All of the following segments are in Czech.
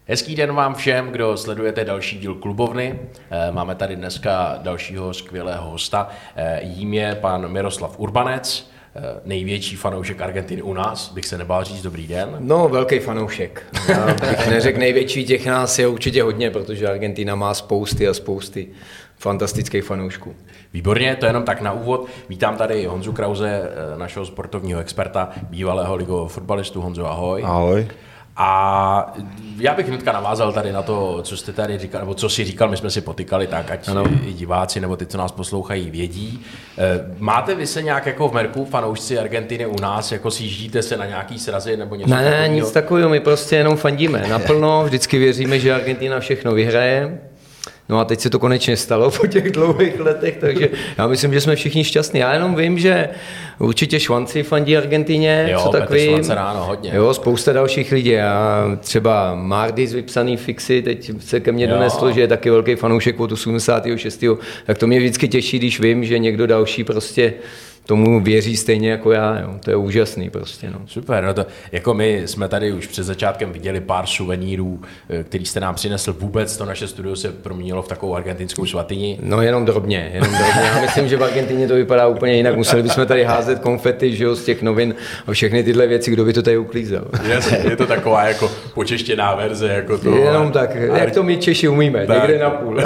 Hezký den vám všem, kdo sledujete další díl Klubovny. Máme tady dneska dalšího skvělého hosta. Jím je pan Miroslav Urbanec, největší fanoušek Argentiny u nás, bych se nebál říct. Dobrý den. No, velký fanoušek. Já bych neřekl největší, těch nás je určitě hodně, protože Argentina má spousty a spousty fantastických fanoušků. Výborně, to jenom tak na úvod. Vítám tady Honzu Krause, našeho sportovního experta, bývalého ligového fotbalistu. Honzo, ahoj. Ahoj. A já bych hnedka navázal tady na to, co jste tady říkal, nebo co si říkal, my jsme si potykali, tak ať i diváci nebo ty, co nás poslouchají, vědí. Máte vy se nějak jako v Merku, fanoušci Argentiny u nás, jako si jíždíte se na nějaký srazy nebo něco takového? Ne, nic takového, my prostě jenom fandíme naplno, vždycky věříme, že Argentina všechno vyhraje. No a teď se to konečně stalo po těch dlouhých letech, takže já myslím, že jsme všichni šťastní. Já jenom vím, že určitě Švanci fandí Argentině, jo, co tak vím. Ráno, hodně. Jo, spousta dalších lidí. A třeba Mardy z Vypsaný fixy, teď se ke mně doneslo, že je taky velký fanoušek od 86. Tak to mě vždycky těší, když vím, že někdo další prostě tomu věří stejně jako já, jo. To je úžasný prostě, no. Super, no to, jako my jsme tady už před začátkem viděli pár suvenírů, který jste nám přinesl. Vůbec to naše studio se proměnilo v takovou argentinskou svatyni. No jenom drobně. Já myslím, že v Argentině to vypadá úplně jinak. Museli bychom tady házet konfety, že jo, z těch novin a všechny tyhle věci, kdo by to tady uklízel. Je to taková jako počeštěná verze, jako to. Jenom tak, jak to my Češi umíme, tak. Někde na půl.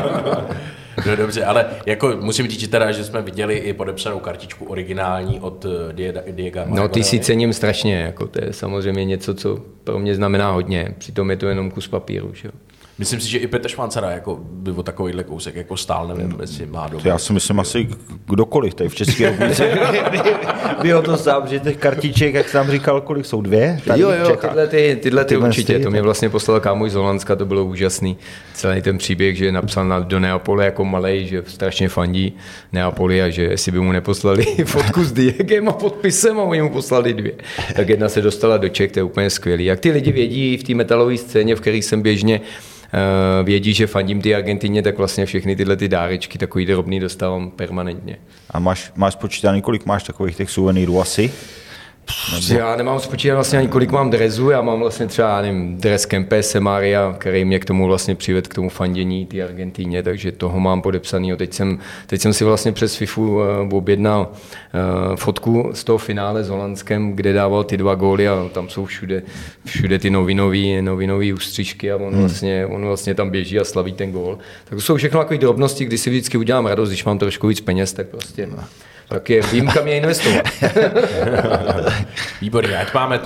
No dobře, ale jako musím říct teda, že jsme viděli i podepsanou kartičku originální od Diego Maradona. No ty si cením strašně, jako to je samozřejmě něco, co pro mě znamená hodně, přitom je to jenom kus papíru, že jo. Myslím si, že i Petr Švancara jako by o takovýhle kousek jako stál, nevím, jestli má dobu. Já si myslím asi kdokoliv tady v České republice by o to sám, že těch kartiček, jak jsem říkal, kolik jsou, 2? Jo, tyhle určitě, to mě vlastně poslal kámoš z Holandska, to bylo úžasný. Celý ten příběh, že napsal do Neapole jako malej, že strašně fandí Neapoli a že jestli by mu neposlali fotku s Diegem a podpisem a oni mu poslali 2. Tak jedna se dostala do Čech, to je úplně skvělý. Jak ty lidi vědí v té metalové scéně, v které jsem běžně vědí, že fandím ty Argentině, tak vlastně všechny tyhle ty dárečky takový drobný dostávám permanentně. A máš spočítaný, kolik máš takových těch suvenýrů asi? Nebo... Já nemám spočítat vlastně ani kolik mám dresů, já mám vlastně třeba, nevím, dres Kempese Maria, který mě k tomu vlastně přivedl k tomu fandění té Argentíně, takže toho mám podepsanýho. Teď jsem si vlastně přes FIFU objednal fotku z toho finále s Holandskem, kde dával ty 2 góly a tam jsou všude ty novinový ústřičky a on vlastně tam běží a slaví ten gól. Tak to jsou všechno takové drobnosti, kdy si vždycky udělám radost, když mám trošku víc peněz, tak prostě... Tak je vím, kam je investovat. Výborně, ať máme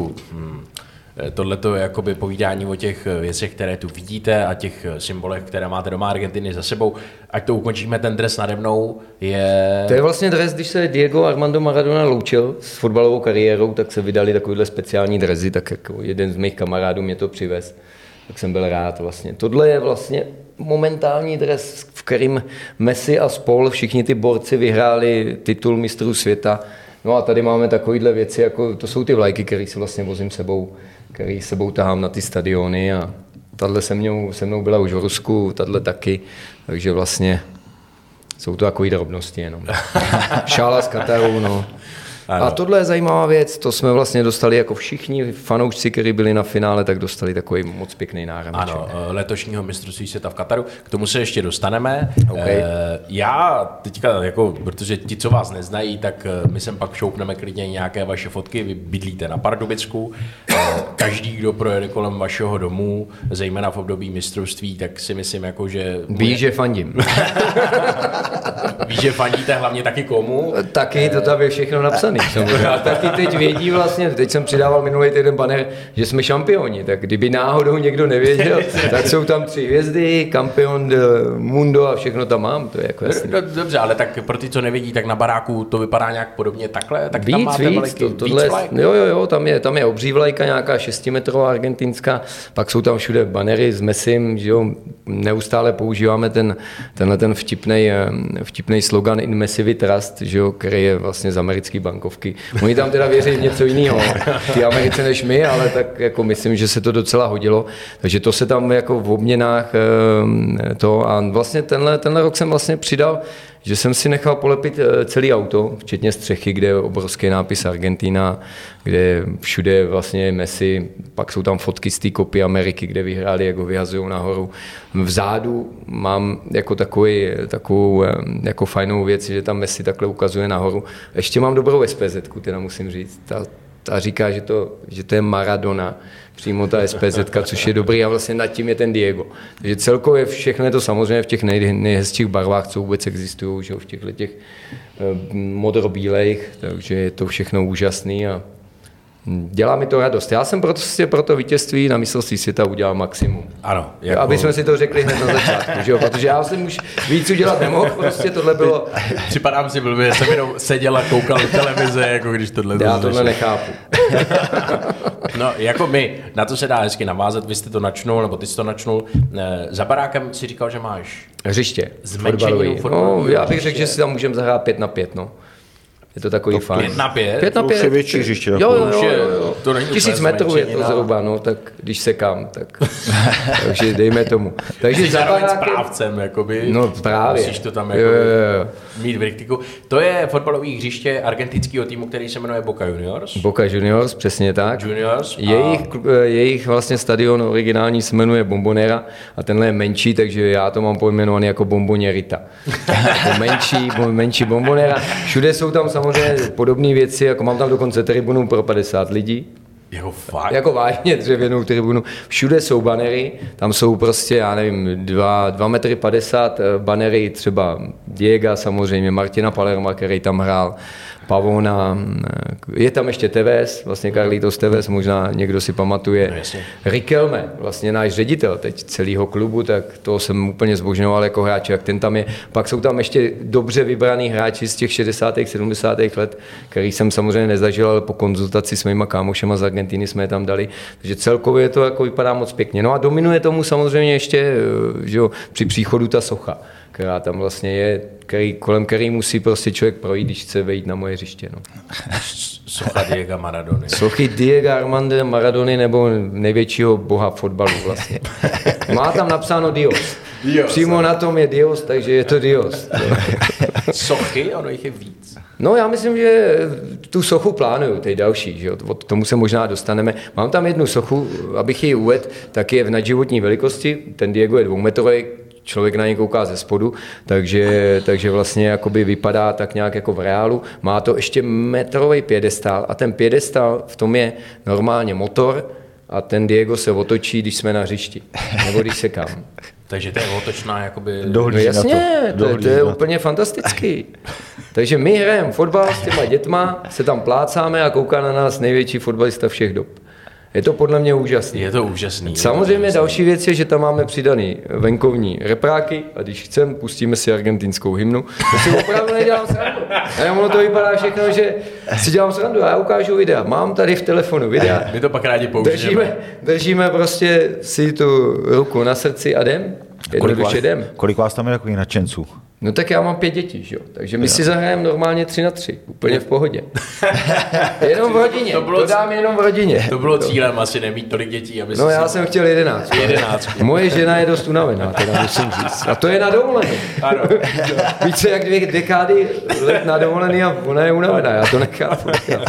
tohleto jakoby povídání o těch věcech, které tu vidíte a těch symbolech, které máte doma Argentiny za sebou. Ať to ukončíme, ten dres nade mnou je... To je vlastně dres, když se Diego Armando Maradona loučil s fotbalovou kariérou, tak se vydali takovýhle speciální dresy, tak jako jeden z mých kamarádů mě to přivez. Tak jsem byl rád vlastně. Tohle je vlastně momentální dres, v kterým Messi a spol, všichni ty borci vyhráli titul mistrů světa. No a tady máme takovýhle věci, jako to jsou ty vlajky, které si vlastně vozím sebou, které sebou tahám na ty stadiony a tahle se mnou byla už v Rusku, tahle taky, takže vlastně jsou to takový drobnosti jenom. Šála z Kataru, no. Ano. A tohle je zajímavá věc, to jsme vlastně dostali jako všichni fanoušci, kteří byli na finále, tak dostali takový moc pěkný nárameček. Ano, letošního mistrovství světa v Kataru, k tomu se ještě dostaneme. Okay. Já teďka, jako, protože ti, co vás neznají, tak my sem pak šoupneme klidně nějaké vaše fotky, vy bydlíte na Pardubicku, každý, kdo projede kolem vašeho domu, zejména v období mistrovství, tak si myslím, jako, že... Ví, že fandím. Víš, že fandíte hlavně taky komu? Taky, to tam je všechno napsané. A taky teď vědí vlastně, teď jsem přidával minulý týden banner, že jsme šampioni, tak kdyby náhodou někdo nevěděl, tak jsou tam 3 hvězdy, Campeón del Mundo a všechno tam mám, to je jako jasný. Dobře, ale tak pro ty, co nevědí, tak na baráku to vypadá nějak podobně takhle, tak tam máte vlajky, víc vlajk? Jo, tam je obří vlajka, nějaká 6metrová argentinská, pak jsou tam všude bannery s Messim, že jo, neustále používáme tenhle ten vtipnej slogan In Messi we trust, že jo, který je vlastně z americký bankovky. Oni tam teda věří v něco jiného, ty Americe než my, ale tak jako myslím, že se to docela hodilo, takže to se tam jako v obměnách to a vlastně tenhle rok jsem vlastně přidal že jsem si nechal polepit celý auto, včetně střechy, kde je obrovský nápis Argentina, kde všude je vlastně Messi, pak jsou tam fotky z té kopy Ameriky, kde vyhráli, jak ho vyhazují nahoru. Vzadu mám jako takovou jako fajnou věc, že tam Messi takhle ukazuje nahoru. Ještě mám dobrou SPZ-ku, teda musím říct. Ta říká, že to je Maradona, přímo ta SPZ-ka, což je dobrý a vlastně nad tím je ten Diego. Takže celkově všechno je to samozřejmě v těch nejhezčích barvách, co vůbec existují, že v těchto těch modrobílejch, takže je to všechno úžasný a dělá mi to radost. Já jsem prostě pro to vítězství na mistrovství světa udělal maximum. Ano. Jako... Aby jsme si to řekli hned na začátku, že jo? Protože já jsem už víc udělat nemohl, prostě tohle bylo... Připadám si blbě, jsem jenom seděl a koukal do televize, jako když tohle... Já tohle nechápu. No, jako my, na to se dá hezky navázat, vy jste to načnul, nebo ty jsi to načnul. Za barákem si říkal, že máš... Hřiště. Zmenšení No, já bych řekl, že si tam můžeme zahrát 5-5, no. Je to takový fajn. 5-5? 5-5. To už je větší hřiště. Jo. To není 1000 metrů je to zhruba, no, tak když sekám, tak takže dejme tomu. Takže jsi zároveň správcem, jakoby. No právě. Musíš to tam jako mít v ryktiku. To je fotbalové hřiště argentinského týmu, který se jmenuje Boca Juniors. Boca Juniors, přesně tak. Juniors. Jejich vlastně stadion originální se jmenuje Bombonera a tenhle je menší, takže já to mám pojmenovaný jako Bombonerita. menší Bombonera. Všude jsou tam samozřejmě podobné věci, jako mám tam dokonce tribunu pro 50 lidí. Jako fakt? Jako vážně dřevěnou tribunu. Všude jsou banery, tam jsou prostě, já nevím, 2,50 metry banery, třeba Diega samozřejmě, Martina Palerma, který tam hrál, Pavona, je tam ještě Tevez, vlastně Carlitos Tevez, možná někdo si pamatuje. No, Riquelme, vlastně náš ředitel teď celého klubu, tak to jsem úplně zbožňoval jako hráč, jak ten tam je. Pak jsou tam ještě dobře vybraný hráči z těch 60. 70. let, který jsem samozřejmě nezažil, ale po konzultaci s mýma kámošema z Argentiny jsme je tam dali. Takže celkově to jako vypadá moc pěkně. No a dominuje tomu samozřejmě ještě, že jo, při příchodu ta socha, která tam vlastně je, kolem který musí prostě člověk projít, když chce vejít na moje hřiště. No. Socha Diego Maradony. Sochy Diego Armando Maradony nebo největšího boha fotbalu vlastně. Má tam napsáno Dios. Přímo na tom je Dios, takže je to Dios. Sochy? Ono jich je víc. No já myslím, že tu sochu plánuju, tej další, že jo, k tomu se možná dostaneme. Mám tam jednu sochu, abych ji uvedl, tak je v nadživotní velikosti, ten Diego je 2metrový, člověk na něj kouká ze spodu, takže vlastně jakoby vypadá tak nějak jako v reálu. Má to ještě metrový piedestál a ten piedestál v tom je normálně motor a ten Diego se otočí, když jsme na hřišti, nebo když sekám. Takže to je otočná jakoby... No jasně, to je úplně fantastický. Takže my hrajeme fotbal s těma dětma, se tam plácáme a kouká na nás největší fotbalista všech dob. Je to podle mě úžasný. Je to úžasný. Samozřejmě další věc je, že tam máme přidaný venkovní repráky a když chceme, pustíme si argentinskou hymnu. To si opravdu nedělám srandu. A ono to vypadá všechno, že si dělám srandu a já ukážu videa. Mám tady v telefonu videa. My to pak rádi použijeme. Držíme prostě si tu ruku na srdci a jdem. Jednoduše jdem. Kolik vás tam je takových nadšenců? No tak já mám 5 dětí, že jo? Takže my si zahrajeme normálně 3-3, úplně v pohodě. Jenom v rodině, to dám jenom v rodině. To bylo cílem asi nemít tolik dětí, aby no já jsem chtěl 11. Moje žena je dost unavená, teda musím říct. A to je na dovolený. Ano. Více jak 2 dekády let na dovolený a ona je unavená, já to nechápu.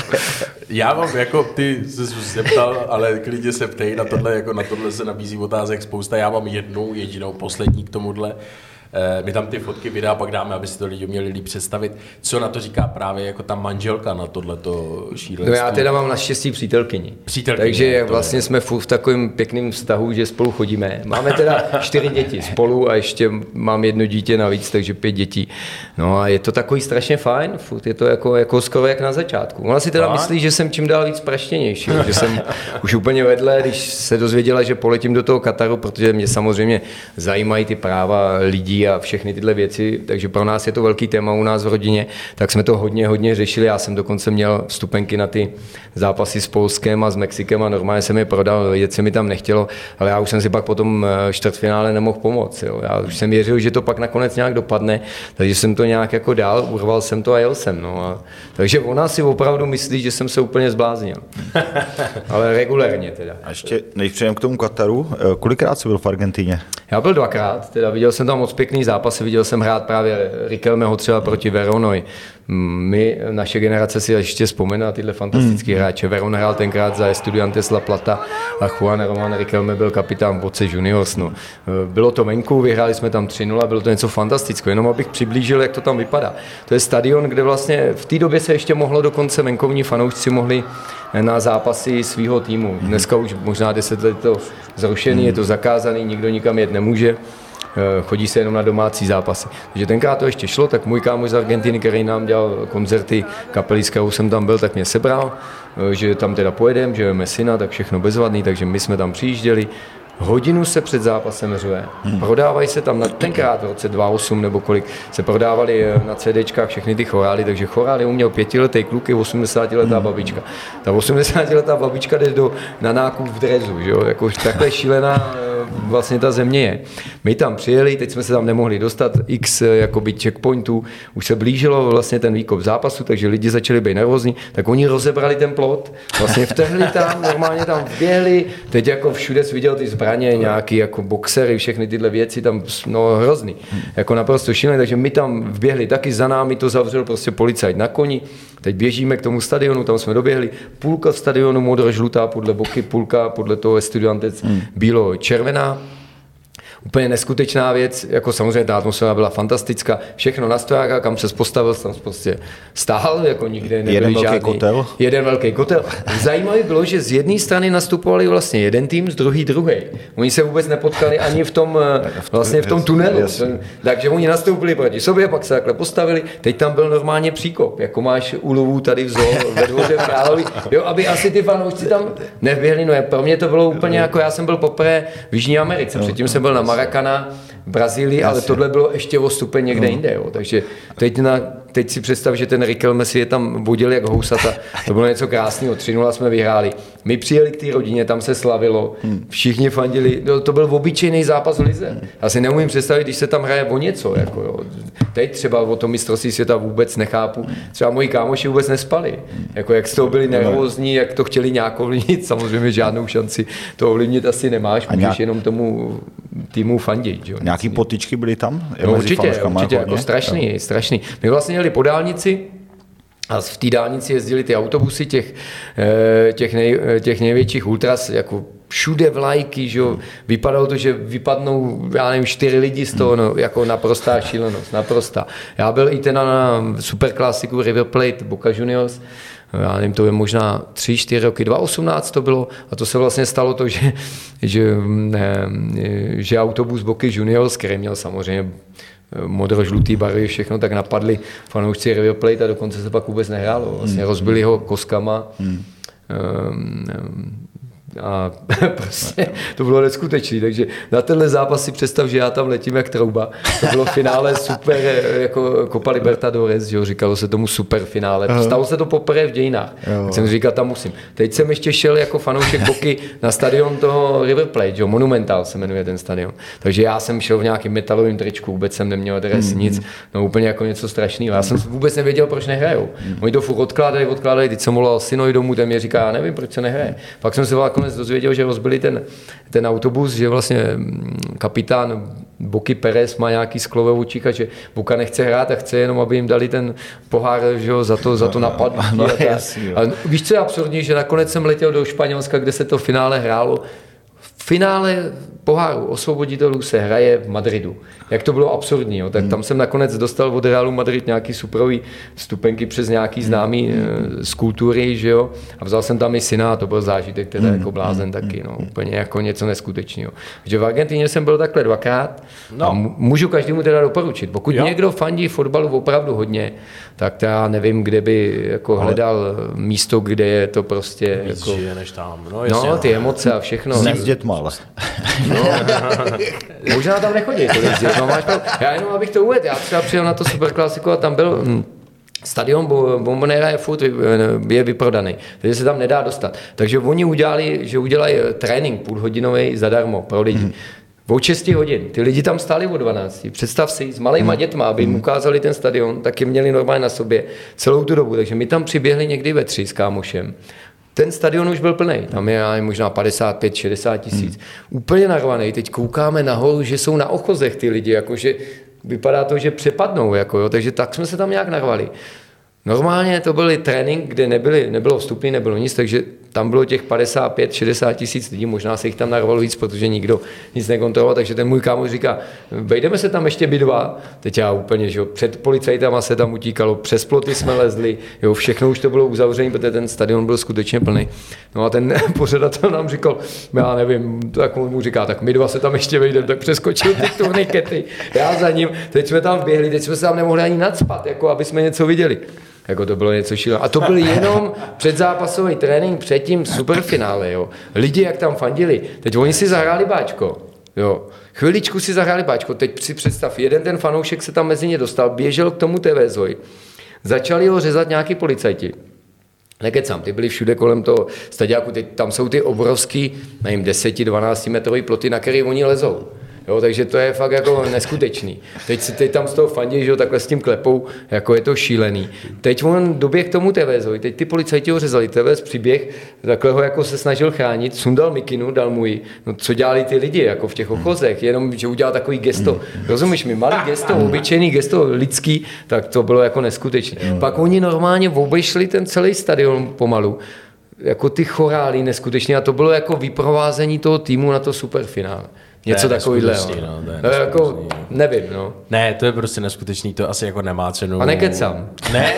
Já mám, jako ty se zeptal, ale klidně se ptej, na tohle se nabízí otázek spousta. Já mám jednu jedinou poslední k tomuhle. My tam ty fotky, videa pak dáme, aby si to lidi měli líp představit. Co na to říká právě jako ta manželka na tohleto šílenství? No já teda mám naštěstí přítelkyni. Takže vlastně jsme v takovém pěkném vztahu, že spolu chodíme. Máme teda 4 děti spolu a ještě mám 1 dítě navíc, takže 5 dětí. No a je to takový strašně fajn, je to jako skoro jak na začátku. Ona si teda myslí, že jsem čím dál víc praštěnější, že jsem už úplně vedle, když se dozvěděla, že poletím do toho Kataru, protože mě samozřejmě zajímají ty práva lidí a všechny tyhle věci, takže pro nás je to velký téma u nás v rodině, tak jsme to hodně řešili. Já jsem dokonce měl vstupenky na ty zápasy s Polskem a s Mexikem a normálně jsem je prodal, jet se mi tam nechtělo, ale já už jsem si pak po tom čtvrtfinále nemohl pomoct. Jo. Já už jsem věřil, že to pak nakonec nějak dopadne, takže jsem to nějak jako dál, urval jsem to a jel jsem. No. Takže ona si opravdu myslí, že jsem se úplně zbláznil. Ale regulérně teda. A ještě, než přejdeme k tomu Kataru, kolikrát jsi byl v Argentině? Já byl dvakrát, teda viděl jsem tam moc pěkný zápasy, viděl jsem hrát právě Riquelmeho třeba proti Veronoj. My, naše generace si ještě vzpomene na tyhle fantastické hráče. Veron hrál tenkrát za Estudiantes La Plata a Juan Román Riquelme byl kapitán Boce Juniors. No. Bylo to venku, vyhráli jsme tam 3-0, bylo to něco fantastického. Jenom abych přiblížil, jak to tam vypadá. To je stadion, kde vlastně v té době se ještě mohlo dokonce venkovní fanoušci mohli na zápasy svého týmu. Dneska už možná 10 let to zrušený, je to zakázaný, nikdo nikam jet nemůže. Chodí se jenom na domácí zápasy. Takže tenkrát to ještě šlo, tak můj kámoš z Argentiny, který nám dělal koncerty kapely, s kterou jsem tam byl, tak mě sebral, že tam teda pojedeme, že jdeme syna, tak všechno bezvadný, takže my jsme tam přijížděli. Hodinu se před zápasem řve. Prodávají se tam, tenkrát v roce 2008 nebo kolik, se prodávali na CDčkách všechny ty chorály, takže chorály uměl 5letý kluk i 80letá babička. Ta 80letá babička jde na nákup v drezu, že jo? Jako takhle šílená vlastně ta země je. My tam přijeli, teď jsme se tam nemohli dostat, x jakoby checkpointů, už se blížilo vlastně ten výkop zápasu, takže lidi začali být nervózní, tak oni rozebrali ten plot, vlastně vtrhli tam, normálně tam vběhli, teď jako všude jsi viděl ty zbraně, nějaký jako boxery, všechny tyhle věci tam, no hrozný, jako naprosto šílený, takže my tam vběhli, taky za námi to zavřel prostě policajt na koni, teď běžíme k tomu stadionu, tam jsme doběhli, půlka stadionu modro-žlutá podle boky, půlka podle toho Estudiantes bílo-červená. Úplně neskutečná věc, jako samozřejmě ta atmosféra byla fantastická, všechno na stojáka, kam se postavil, tam prostě stál, jako nikde nebyl žádný. Jeden velký kotel. Zajímavé bylo, že z jedné strany nastupovali vlastně jeden tým, z druhý druhý. Oni se vůbec nepotkali ani v tom, vlastně v tom tunelu. Takže oni nastoupili proti sobě, pak se takhle postavili, teď tam byl normálně příkop, jako máš u Lovů tady ve dvoře v Královi, jo, aby asi ty fanoušci tam neběhli, no pro mě to bylo úplně jako, já jsem byl poprvé v Jižní Americe, předtím jsem byl na Maracana v Brazílii, ale tohle bylo ještě o stupeň někde jinde. Jo. Takže teď si představ, že ten Riquelme si je tam vodil jak housata. To bylo něco krásného. 3-0 jsme vyhráli. My přijeli k té rodině, tam se slavilo, všichni fandili. No, to byl obyčejný zápas v lize. Já si neumím představit, když se tam hraje o něco. Jako, jo. Teď třeba o tom mistrovství světa vůbec nechápu. Třeba moji kámoši vůbec nespali. Jako, jak z toho byli nervózní, jak to chtěli nějak ovlivnit. Samozřejmě žádnou šanci to ovlivnit asi nemáš. Můžeš jenom tomu týmu fandit. Jo. Nějaký potyčky byly tam? No, určitě, jako strašný. My vlastně jeli po dálnici a v té dálnici jezdili ty autobusy těch největších ultras, jako všude vlajky, že jo. Vypadalo to, že vypadnou, já nevím, 4 lidi z toho, no, jako naprostá šílenost, naprostá. Já byl i ten na superklasiku River Plate, Boca Juniors, já nevím, to je možná 3-4 roky, 2018 to bylo a to se vlastně stalo to, že autobus Boca Juniors, který měl samozřejmě modro-žlutý barvy, všechno, tak napadli fanoušci River Plate a dokonce se pak vůbec nehrálo. Vlastně rozbili ho koskama. A prostě to bylo neskutečné, takže na tenhle zápas si představ, že já tam letím jak trouba. To bylo finále super, jako Copa Libertadores, že jo, říkalo se tomu super finále. Stalo se to poprvé v dějinách, tak jsem říkal, tam musím. Teď jsem ještě šel jako fanoušek Boky na stadion toho River Plate, že jo, Monumental se jmenuje ten stadion. Takže já jsem šel v nějakým metalovým tričku, vůbec jsem neměl dres, nic, no úplně jako něco strašného. Já jsem vůbec nevěděl, proč nehrajou. Oni to furt odkládali, teď jsem volal synovi domů, ten mě říká, já nevím, proč se nehraje. Pak jsem se dozvěděl, že rozbili ten autobus, že vlastně kapitán Boky Pérez má nějaký sklové očích a že Boka nechce hrát a chce jenom, aby jim dali ten pohár, že za to napadnutí. A víš, co je absurdní, že nakonec jsem letěl do Španělska, kde se to finále hrálo. V finále poháru osvoboditelů se hraje v Madridu. Jak to bylo absurdní, jo? Tak tam jsem nakonec dostal od Realu Madrid nějaký superový vstupenky přes nějaký známý z kultury, že jo? A vzal jsem tam i syna a to byl zážitek teda jako blázen taky, no, úplně jako něco neskutečného. Takže v Argentině jsem byl takhle 2krát a můžu každému teda doporučit. Pokud někdo fandí fotbalu opravdu hodně, tak to já nevím, kde by jako hledal místo, kde je to prostě víc jako... než tam. No, ty emoce a všechno. Ne s dětma, ale. No, možná tam nechodí tolik dět, no, já jenom abych to uvedl, já třeba přijel na to superklasiku a tam byl stadion Bombonera je furt je vyprodaný, takže se tam nedá dostat. Takže oni udělají trénink půlhodinový zadarmo pro lidi. O 6 hodin. Ty lidi tam stáli o 12. Představ si, s malejma dětma, aby jim ukázali ten stadion, tak je měli normálně na sobě celou tu dobu. Takže my tam přiběhli někdy ve 3 s kámošem. ten stadion už byl plný, tam je možná 55-60 tisíc. Úplně narvaný, teď koukáme nahoru, že jsou na ochozech ty lidi, jakože vypadá to, že přepadnou, jako jo, takže tak jsme se tam nějak narvali. Normálně to byly trénink, kde nebylo vstupný, nebylo nic, takže tam bylo těch 55-60 tisíc lidí, možná se jich tam narvalo víc, protože nikdo nic nekontroloval, takže ten můj kámoš říká, vejdeme se tam ještě my dva, teď já úplně, že jo, před policajtama se tam utíkalo, přes ploty jsme lezli, jo, všechno už to bylo uzavřené, protože ten stadion byl skutečně plný. No a ten pořadatel nám říkal, já nevím, tak mu říká, tak my dva se tam ještě vejdeme, tak přeskočil ty turnikety, já za ním, teď jsme tam běhli, teď jsme se tam nemohli ani nacpat, jako aby jsme něco viděli. Jako to bylo něco šíleného. A to byl jenom předzápasový trénink před tím superfinále, jo. Lidi, jak tam fandili, teď oni si zahráli báčko, jo. Chviličku si zahráli báčko, teď si představ, jeden ten fanoušek se tam mezi ně dostal, běžel k tomu TV Zoj, začali ho řezat nějaký policajti. Nekecám, ty byli všude kolem toho stadiáku, teď tam jsou ty obrovský, nevím, 10-12 metrový ploty, na který oni lezou. Jo, takže to je fakt jako neskutečný. Teď tam z toho fandí, že jo, takhle s tím klepou, jako je to šílený. Teď on doběh k tomu Tevezovi, teď ty policajti ho řezali, Tevez přiběh, takhle ho jako se snažil chránit, sundal mikinu, dal mu ji. No co dělali ty lidi, jako v těch ochozech, jenom, že udělal takový gesto, rozumíš mi, malý gesto, obyčejný gesto lidský, tak to bylo jako neskutečné. Pak oni normálně obešli ten celý stadion pomalu, jako ty chorály neskutečně a to bylo jako vyprovázení toho týmu na to superfinále. Něco takového. No, jako, nevím, no. Ne, to je prostě neskutečný, to asi jako nemá cenu. A nekecám. Ne.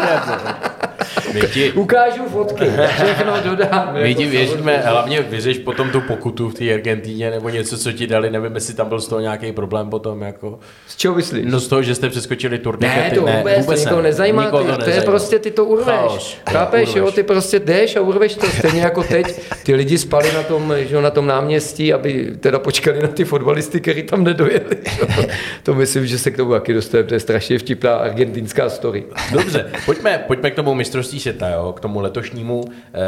Ukážu fotky, všechno dodám. My ti věříme, hlavně vyřeš potom tu pokutu v té Argentíně, nebo něco, co ti dali, nevím, jestli tam byl z toho nějaký problém potom, jako. Z čeho myslíš? No z toho, že jste přeskočili turnikety. Ne, to vůbec nikoho nezajímá, to je prostě, ty to urveš. Chápeš, jo, ty prostě jdeš a urveš to, stejně jako teď. Ty lidi spali na tom náměstí, aby teda počkali na ty fotbalisty, kteří tam nedojeli. To myslím, že se k tomu taky dostane, to je strašně vtipná argentinská story. Dobře, pojďme k tomu mistrovství světa, jo, k tomu letošnímu.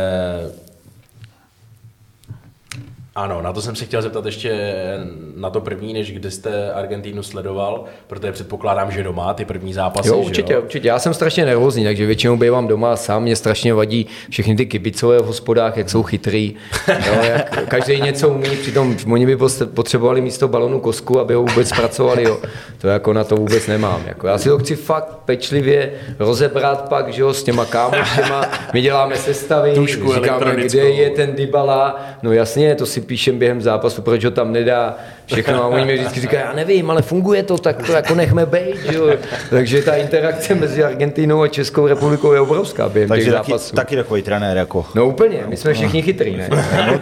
Ano, na to jsem se chtěl zeptat ještě na to první, než kde jste Argentínu sledoval, protože předpokládám, že doma ty první zápasy. Jo, určitě, určitě. Já jsem strašně nervózní, takže většinou bývám doma sám, mě strašně vadí všechny ty kibicové v hospodách, jak jsou chytrý. Jo, jak každý něco umí, přitom oni by potřebovali místo balonu kosku, aby ho vůbec zpracovali. Jo. To jako na to vůbec nemám. Jako, já si to chci fakt pečlivě rozebrat pak, že jo, s těma kámoštěma, my děláme sestavy, říkáme, kde je ten Dybala, no jasně, to si píšem během zápasu, proč ho tam nedá, všechno a oni mi vždycky říkají, já nevím, ale funguje to, tak to jako nechme bejt, jo. Takže ta interakce mezi Argentinou a Českou republikou je obrovská během těch zápasů. Taky takový trenér jako. No úplně, my jsme všichni chytrý, ne?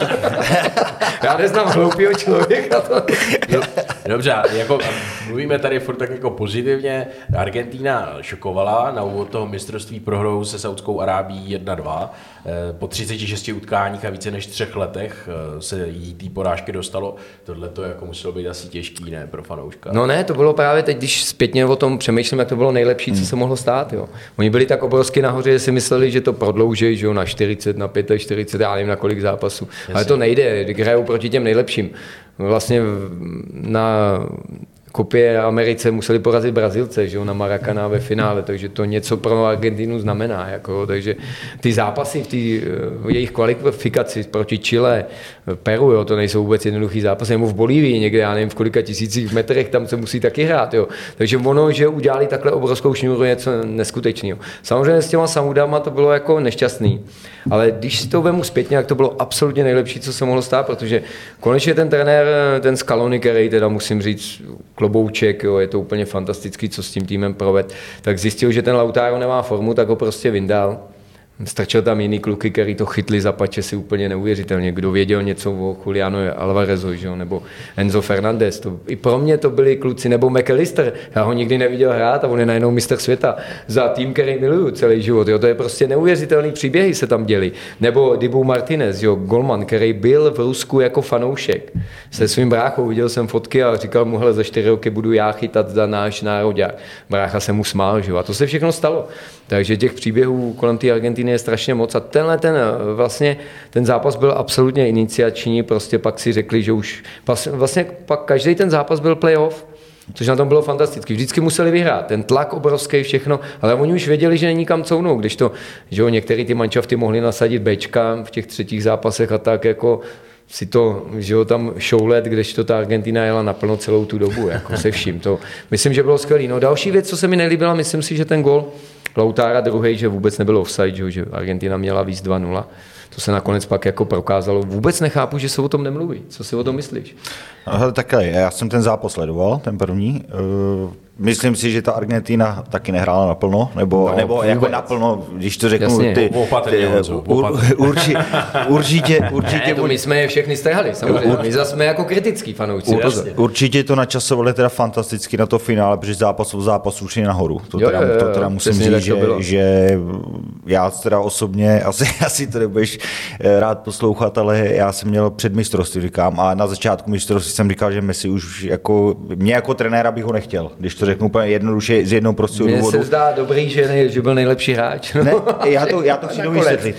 Já neznám hloupýho člověka. Dobře, jako mluvíme tady furt tak jako pozitivně. Argentína šokovala na úvod toho mistrovství prohrou se Saudskou Arábií 1-2. Po 36 utkáních a více než 3 letech se jí té porážky dostalo. Tohle to jako muselo být asi těžký, ne, pro fanouška. No ne, to bylo právě teď, když zpětně o tom přemýšlím, jak to bylo nejlepší, co se mohlo stát. Jo. Oni byli tak obrovsky nahoře, že si mysleli, že to prodlouží, že jo, na 40, na 45, já nevím na kolik zápasů. Jasně. Ale to nejde, když hrajou proti těm nejlepším. Vlastně na Kopě Americe museli porazit Brazilce, že jo, na Maracana ve finále, takže to něco pro Argentinu znamená. Jako, takže ty zápasy v jejich kvalifikaci proti Chile, Peru, jo, to nejsou vůbec jednoduchý zápasy, nebo v Bolívii někde, já nevím, v kolika tisících metrech, tam se musí taky hrát. Jo. Takže ono, že udělali takhle obrovskou šňůru, něco neskutečného. Samozřejmě s těma Saudama to bylo jako nešťastný, ale když si to vemu zpětně, tak to bylo absolutně nejlepší, co se mohlo stát, protože konečně ten trenér, ten Scaloni, který teda musím říct, klobouček, jo, je to úplně fantastický, co s tím týmem proved, tak zjistil, že ten Lautaro nemá formu, tak ho prostě vyndal. Strčil tam jiný kluky, který to chytli za pače si úplně neuvěřitelně. Kdo věděl něco o Juliano Alvarezovi, že? Nebo Enzo Fernandez. To, i pro mě to byli kluci, nebo McAllister. Já ho nikdy neviděl hrát a on je najednou mistr světa za tým, který miluju celý život. Jo? To je prostě neuvěřitelný příběhy se tam děli. Nebo Dibu Martinez, jo? Golman, který byl v Rusku jako fanoušek. Se svým bráchou viděl jsem fotky a říkal mu, hele, za 4 roky budu já chytat za náš nároďák. Brácha se mu smál, že? A to se všechno stalo. Takže těch příběhů kolem té Argentiny je strašně moc. A ten zápas byl absolutně iniciační, prostě pak si řekli, že už vlastně pak každý ten zápas byl playoff. což na tom bylo fantastické. Vždycky museli vyhrát, ten tlak obrovský, všechno, ale oni už věděli, že není kam counout, když to, že jo, některé ty manšafty mohly nasadit Bčka v těch třetích zápasech a tak jako si to, že jo, tam showlet, kdežto ta Argentina jela naplno celou tu dobu, jako se vším. To myslím, že bylo skvělý. No další věc, co se mi nelíbila, myslím si, že ten gol Lautára druhý, že vůbec nebylo offside, že Argentina měla víc 2-0. To se nakonec pak jako prokázalo. Vůbec nechápu, že se o tom nemluví. Co si o tom myslíš? No, takhle, já jsem ten zápas sledoval, ten první. Myslím si, že ta Argentina taky nehrála naplno, nebo jako naplno, když to řeknu. Určitě. My jsme je všechny strhali, samozřejmě. My zase jsme jako kritický fanoušci. Určitě to načasovali teda fantasticky na to finále, protože zápas od zápasu šli nahoru. To teda musím říct, že já teda osobně, asi to nebudeš rád poslouchat, ale já jsem měl před mistrovství, říkám, a na začátku mistrovství jsem říkal, že Messi už jako, mě jako trenéra bych ho nechtěl, když to řeknu úplně jednoduše z jednoho prostého důvodu. Mně se zdá dobrý, že byl nejlepší hráč. No. Ne, já to chci dovysvětlit.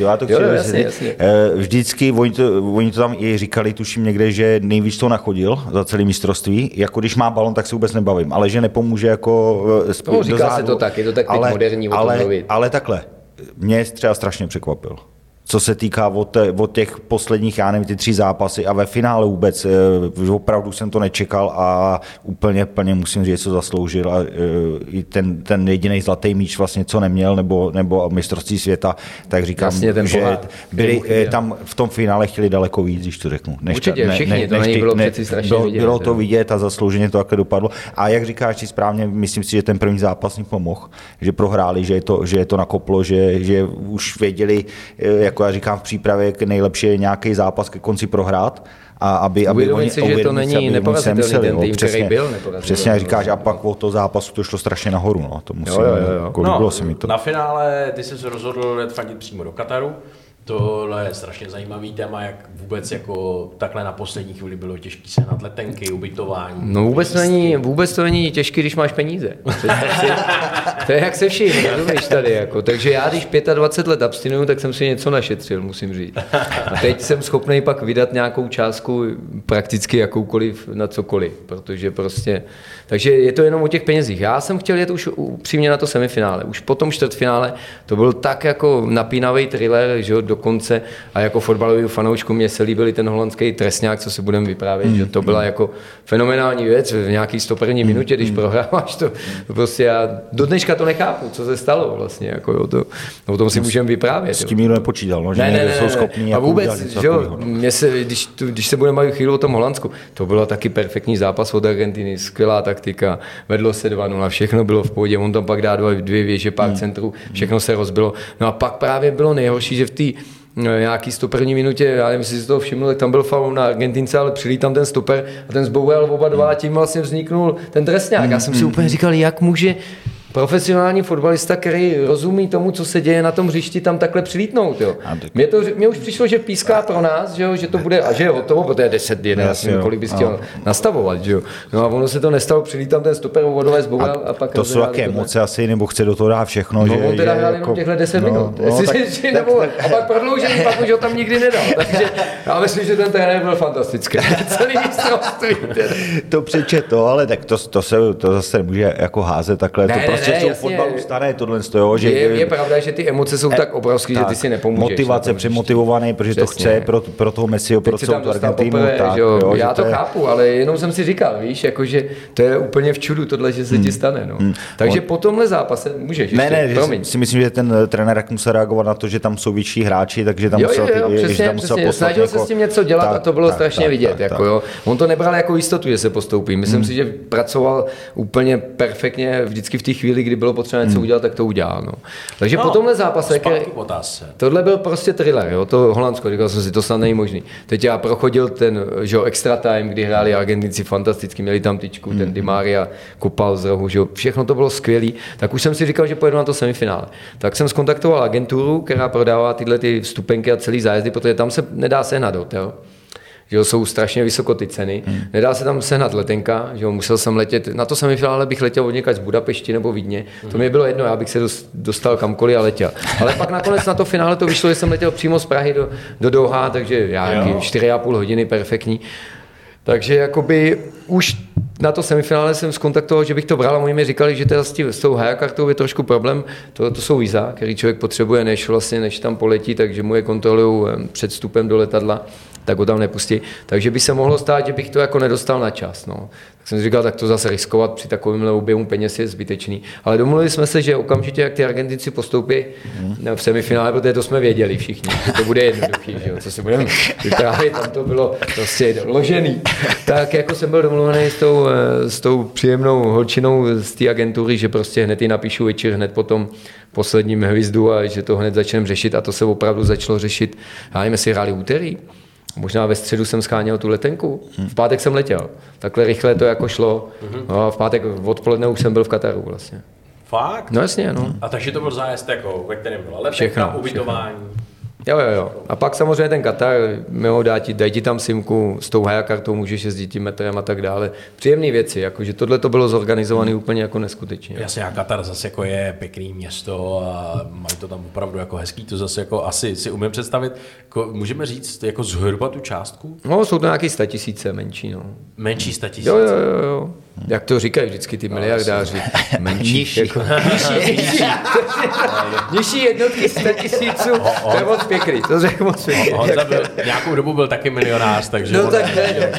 Vždycky, oni to tam i říkali, tuším někde, že nejvíc to nachodil za celé mistrovství, jako když má balon, tak se vůbec nebavím, ale že nepomůže jako říká se to tak, je to tak teď moderní o tom mluvit. Ale takhle, mě třeba strašně překvapil. Co se týká od těch posledních, já nevím, ty 3 zápasy a ve finále vůbec, opravdu jsem to nečekal a úplně musím říct, co zasloužil a i ten jediný zlatý míč vlastně, co neměl, nebo mistrovství světa, tak říkám, že byli tam v tom finále chtěli daleko víc, když to řeknu. Určitě všichni, to bylo přeci strašně vidět. Bylo to vidět a zaslouženě to takhle dopadlo. A jak říkáš si správně, myslím si, že ten první zápas jim pomohl, že prohráli, že je to nakoplo, že už věděli, jako já říkám v přípravě, nejlepší je nějaký zápas ke konci prohrát, a aby oni si, že to není neporazitelný ten tým, který byl neporazitelný. Přesně jak říkáš, a pak od toho zápasu to šlo strašně nahoru. No. To musím, se mi to. Na finále ty jsi se rozhodl jet fandit přímo do Kataru. Tohle je strašně zajímavý téma, jak vůbec jako takhle na poslední chvíli bylo těžké sehnat letenky, ubytování. No vůbec to není těžké, když máš peníze. To je jak se vším, rozumíš tady. Jako. Takže já, když 25 let abstinuju, tak jsem si něco našetřil, musím říct. A teď jsem schopný pak vydat nějakou částku, prakticky jakoukoliv na cokoliv, protože prostě... Takže je to jenom o těch penězích. Já jsem chtěl jet už upřímně na to semifinále. Už po tom čtvrtfinále to byl tak jako napínavý thriller, že do konce a jako fotbalový fanoušku mě se líbily ten holandský trestňák, co si budeme vyprávět, že to byla jako fenomenální věc v nějaký 101. minutě, když prohráváš to prostě já do dneška to nechápu, co se stalo vlastně, jako jo, to, o tom si můžeme vyprávět. S tím nikdo nepočítal, no, že ne, jsou schopní. A vůbec, že jo, když se budeme bavit chvíli o tom Holandsku, to bylo taky perfektní zápas od Argentiny, skvělá taktika, vedlo se 2-0, všechno bylo v pohodě, on tam pak dá 2 věže, pár centrů, všechno se rozbilo. No a pak právě bylo nejhorší, že v té nějaký 101. minutě, já nevím, jestli si toho všiml, tak tam byl faul na Argentince, ale přilí tam ten stoper a ten zboural oba dva a tím vlastně vzniknul ten trestňák. Já jsem si úplně říkal, jak může profesionální fotbalista, který rozumí tomu, co se děje na tom hřišti, tam takhle přilítnout. Jo. Mně už přišlo, že píská pro nás, že to bude, a že je hotovo, protože 10-11, kolik bys chtěl nastavovat. Že jo. No a ono se to nestalo, přilí tam ten stoper, vodové zboural a pak... To jsou také emoce asi, nebo chce do toho dát všechno. No on teda hrál jenom těchhle 10 minut. A pak prodloužení, pak už ho tam nikdy nedal. Takže já myslím, že ten trenér byl fantastický. Celý mistrovství. To přečetl, ale tak to zase může jako házet takhle. Prostě v fotbalu staré tohle stojí, že... Je pravda, že ty emoce jsou tak obrovské, že ty si nepomůžeš. Motivace, přemotivovaný, protože to chce pro toho Messiho, pro celou tu Argentinu. Já to chápu, ale jenom jsem si říkal, víš, jakože to je úplně v čudu tohle, že se ti stane. No. Takže po tomhle zápase můžeš ještě, si myslím, že ten trenér musel reagovat na to, že tam jsou větší hráči, takže tam musel poslat. Snažil se s tím něco dělat a to bylo strašně vidět. On to nebral jako jistotu, že se postoupí. Myslím si, že pracoval úplně perfektně vždycky v té chvíli, kdy bylo potřeba něco udělat, tak to udělal. No. Takže po tomhle zápase, tohle byl prostě thriller, jo, to Holandsko, říkal jsem si, to snad není možný. Teď já prochodil ten extra time, kdy hráli Argentinci fantasticky, měli tam tyčku, ten Di Maria kopal z rohu, že všechno to bylo skvělý, tak už jsem si říkal, že pojedu na to semifinále. Tak jsem skontaktoval agenturu, která prodává tyhle ty vstupenky a celý zájezdy, protože tam se nedá sehnat hotel. Že jsou strašně vysoko ty ceny. Nedá se tam sehnat letenka, že musel jsem letět, na to semifinále bych letěl odněkud z Budapešti nebo Vídně. To mi bylo jedno, já bych se dostal kamkoliv a letěl. Ale pak nakonec na to finále to vyšlo, že jsem letěl přímo z Prahy do Doha, takže já 4,5 hodiny perfektní. Takže jakoby už na to semifinále jsem skontaktoval, že bych to bral a oni mi říkali, že teda s tou high kartou je trošku problém, to jsou víza, který člověk potřebuje, než tam poletí, takže mu je kontrolují před vstupem do letadla, tak ho tam nepustí. Takže by se mohlo stát, že bych to jako nedostal na čas. No. Tak jsem si říkal, tak to zase riskovat při takovémhle objemu peněz je zbytečný. Ale domluvili jsme se, že okamžitě, jak ty Argentinci postoupí v semifinále, protože to jsme věděli všichni, že to bude jednoduchý, že jo, co si budeme vyprávět, tam to bylo prostě ložený. Tak jako jsem byl domluvený s tou příjemnou holčinou z té agentury, že prostě hned ji napíšu večer, hned potom posledním hvězdu a že to hned začneme řešit a to se opravdu začalo řešit. Já nevím, jestli hráli úterý. Možná ve středu jsem scháněl tu letenku. V pátek jsem letěl. Takhle rychle to jako šlo. No, v pátek odpoledne už jsem byl v Kataru vlastně. Fakt? No jasně, no. A takže to byl zájezd, jako, ve kterém byla letenka, ubytování. Jo. A pak samozřejmě ten Katar, dají ti tam simku, s tou high kartou můžeš jezdit tím metrem a tak dále. Příjemné věci, jakože tohle to bylo zorganizované úplně jako neskutečně. Jasně, a Katar zase jako je pěkný město a mají to tam opravdu jako hezký, to zase jako asi si umím představit. Jako, můžeme říct jako zhruba tu částku? No, jsou to nějaký 100 000 menší, no. Menší 100 000? Jo. Jak to říkají vždycky ty miliardáři. Menší. Nižší jednotky 100 000, to je moc pěkný, to řekl moc pěkný. Honza byl, nějakou dobu byl taky milionář, takže... No tak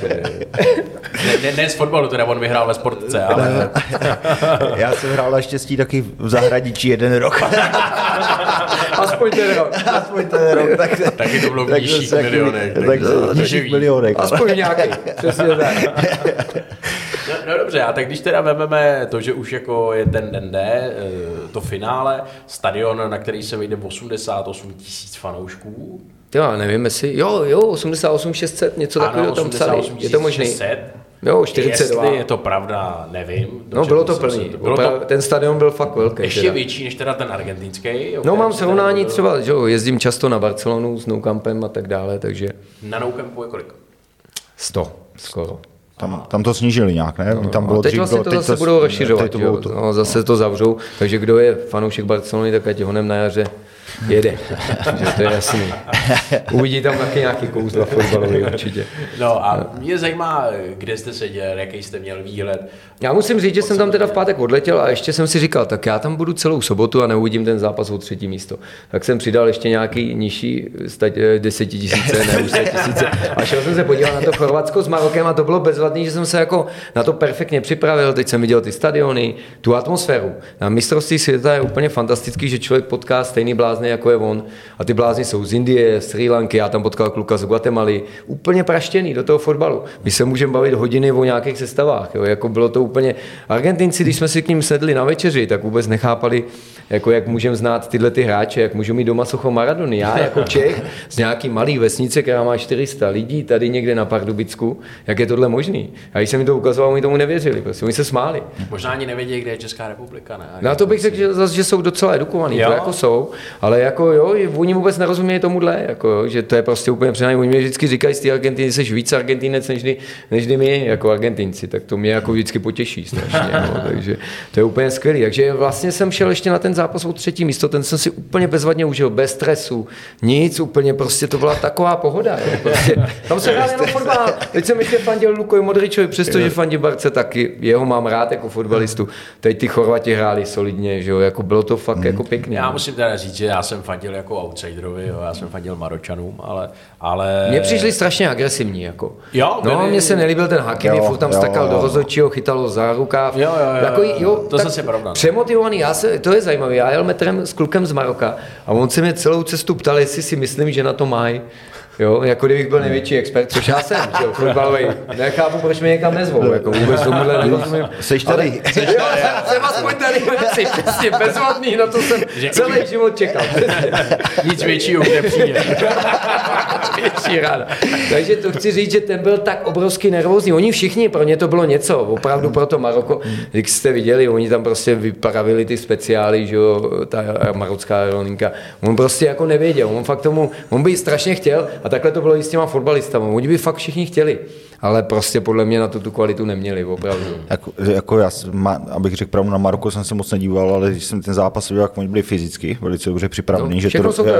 ne z fotbalu, teda on vyhrál ve sportce, ale... Já jsem hrál naštěstí taky v zahraničí 1 rok. Aspoň ten rok. Taky to bylo v nižších milionech. Nižších milionech. Aspoň nějaký, přesně tak. No dobře, a tak když teda vezmeme to, že už jako je ten den D, to finále, stadion, na který se vejde 88 000 fanoušků. Jo, nevím, jestli, jo, 88 600, něco takového tam psali, je to možný. 600. Jo, 42. Jestli je to pravda, nevím. No bylo to plný, ten stadion byl fakt velký. Ještě teda větší než teda ten argentinský. No mám srovnání třeba, že jezdím často na Barcelonu s Nou Campem a tak dále, takže... Na Nou Campu je kolik? 100 skoro. Tam to snížili nějak, ne? Tam bylo teď vlastně to zase budou rozšiřovat, no, zase to zavřou, takže kdo je fanoušek Barcelony, tak ať honem na jaře jede, že to je jasný. Uvidí tam taky nějaký kouzla fotbalový určitě. No a mě zajímá, kde jste seděl, jaký jste měl výhled. Já musím říct, že jsem tam teda v pátek odletěl a ještě jsem si říkal, tak já tam budu celou sobotu a neuvidím ten zápas o 3. místo. Tak jsem přidal ještě nějaký nižší 10 000, ne už 100 000 a šel jsem se podívat na to Chorvatsko s Marokem a to bylo bezvadný, že jsem se jako na to perfektně připravil, teď jsem viděl ty stadiony, tu atmosféru. Na mistrovství světa je úplně fantastický, že člověk potká stejný blázny, jako je on. A ty blázni jsou z Indie, Srí Lanky, já tam potkal kluka z Guatemaly, úplně praštěný do toho fotbalu. My se můžeme bavit hodiny o nějakých sestavách, jo? Jako bylo to úplně... Argentinci, když jsme si k ním sedli na večeři, tak vůbec nechápali, jako jak můžeme znát tyhle ty hráče, jak můžu mít doma socho Maradony. Já jako Čech z nějaký malý vesnice, která má 400 lidí, tady někde na Pardubicku, jak je tohle možný? A když jsem mi to ukazoval, oni tomu nevěřili, prostě oni se smáli. Možná ani nevěděli, kde je Česká republika, ne? Na to bych řekl, že jsou docela edukovaní, to jako jsou, ale jako jo, oni vůbec nerozumějí tomuhle, jako, že to je prostě úplně přenajím. Oni mi vždycky říkají z té Argentiny, jsi víc Argentinec než my jako Argentinci, tak to mě jako vždycky potěší strašně, no, takže to je úplně skvělý. Takže vlastně jsem šel ještě na ten zápas o 3. místo, ten jsem si úplně bezvadně užil, bez stresu, nic, úplně prostě to byla taková pohoda, jo, prostě. Tam se hrál jenom fotbal. Teď jsem ještě fandil Lukovi Modričovi, přestože fandím Barce, taky jeho mám rád jako fotbalistu. Teď ty Chorvati hráli solidně, že jo, jako bylo to fakt jako pěkný. Já musím teda říct, že já jsem fandil jako outsiderovi, jo, já jsem fandil Maročanům, ale... Mně přišli strašně agresivní, jako. Jo, no, mně se nelíbil ten Hakimi, furt tam stakal do rozhodčího, chytalo za rukáv. Jo, to zase pravda. Přemotivovaný, to je zajímavé, já jel metrem s klukem z Maroka a on se mě celou cestu ptal, jestli si myslím, že na to mají. Jo, jako kdybych byl největší expert, což já jsem, že jo, fotbalový. Nechápu, proč mě někam nezvou, jako vůbec tomuhle nerozumím. Seš tady. Jsem aspoň tady věci, přesně, bezvadný, na to jsem celý život čekal. Nic většího už nepřijde. Větší ráda. Takže to chci říct, že ten byl tak obrovský nervózní. Oni všichni, pro ně to bylo něco, opravdu pro to Maroko. Jak jste viděli, oni tam prostě vypravili ty speciály, že jo, ta marocká aerolinka. On prostě jako nevěděl, on by strašně chtěl, A takhle to bylo i s těma fotbalistama. Oni by fakt všichni chtěli, ale prostě podle mě na tu kvalitu neměli, opravdu. Jako já, abych řekl pravdu, na Maroko jsem se moc nedíval, ale když jsem ten zápas viděl, jak oni byli fyzicky velice dobře připravení, že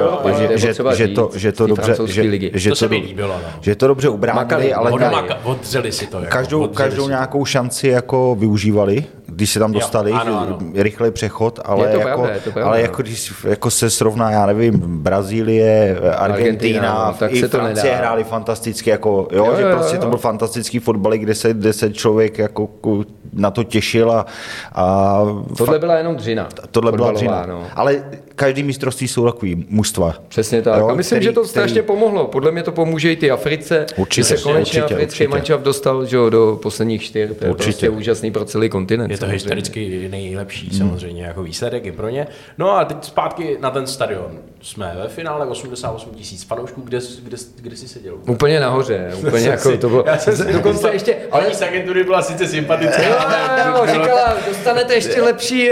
to dobře ubránili, ale odřeli si to. Každou nějakou šanci jako využívali, když se tam dostali, ano. Rychlej přechod, ale když jako se srovná, já nevím, Brazílie, Argentina, i Francie hráli fantasticky, jako, že prostě to byl fantastický fotbal, kde se člověk jako na to těšil a tohle byla jenom dřina. Tohle byla dřina. No. Ale každý mistrovství jsou takový mužstva. Přesně tak. A myslím, že to strašně pomohlo. Podle mě to pomůže i ty Africe. Určitě, že se konečně africký mančaft dostal do posledních 4. To je prostě úžasný pro celý kontinent. Je to historicky nejlepší samozřejmě jako výsledek i pro ně. No a teď zpátky na ten stadion. Jsme ve finále 88 000 fanoušků. Kde jsi seděl? Úplně nahoře. Úplně jako to bylo. Dokonce ještě. Ale z agentury byla sice sympatická. Říkala, dostanete ještě lepší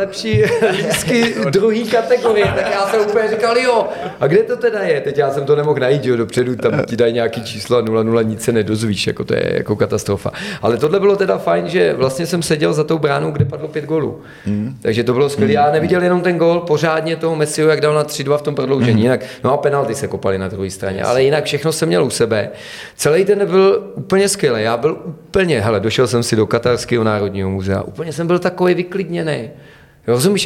lístky druhý kategorie. Tak já jsem úplně říkal, jo. A kde to teda je? Teď já jsem to nemohl najít, jo, dopředu tam ti dají nějaký číslo a 0,0 nic se nedozvíš, jako to je jako katastrofa. Ale tohle bylo teda fajn, že vlastně jsem seděl za tou bránou, kde padlo 5 gólů. Takže to bylo skvělé. Já neviděl jenom ten gól, pořádně toho Messiho, jak dal na 3-2 v tom prodloužení. Jinak, no a penalty se kopaly na druhé straně, ale jinak všechno jsem měl u sebe. Celý ten byl úplně skvělý. Já byl úplně, došel jsem si do Katarského národního muzea. Úplně jsem byl takový vyklidněný. Rozumíš,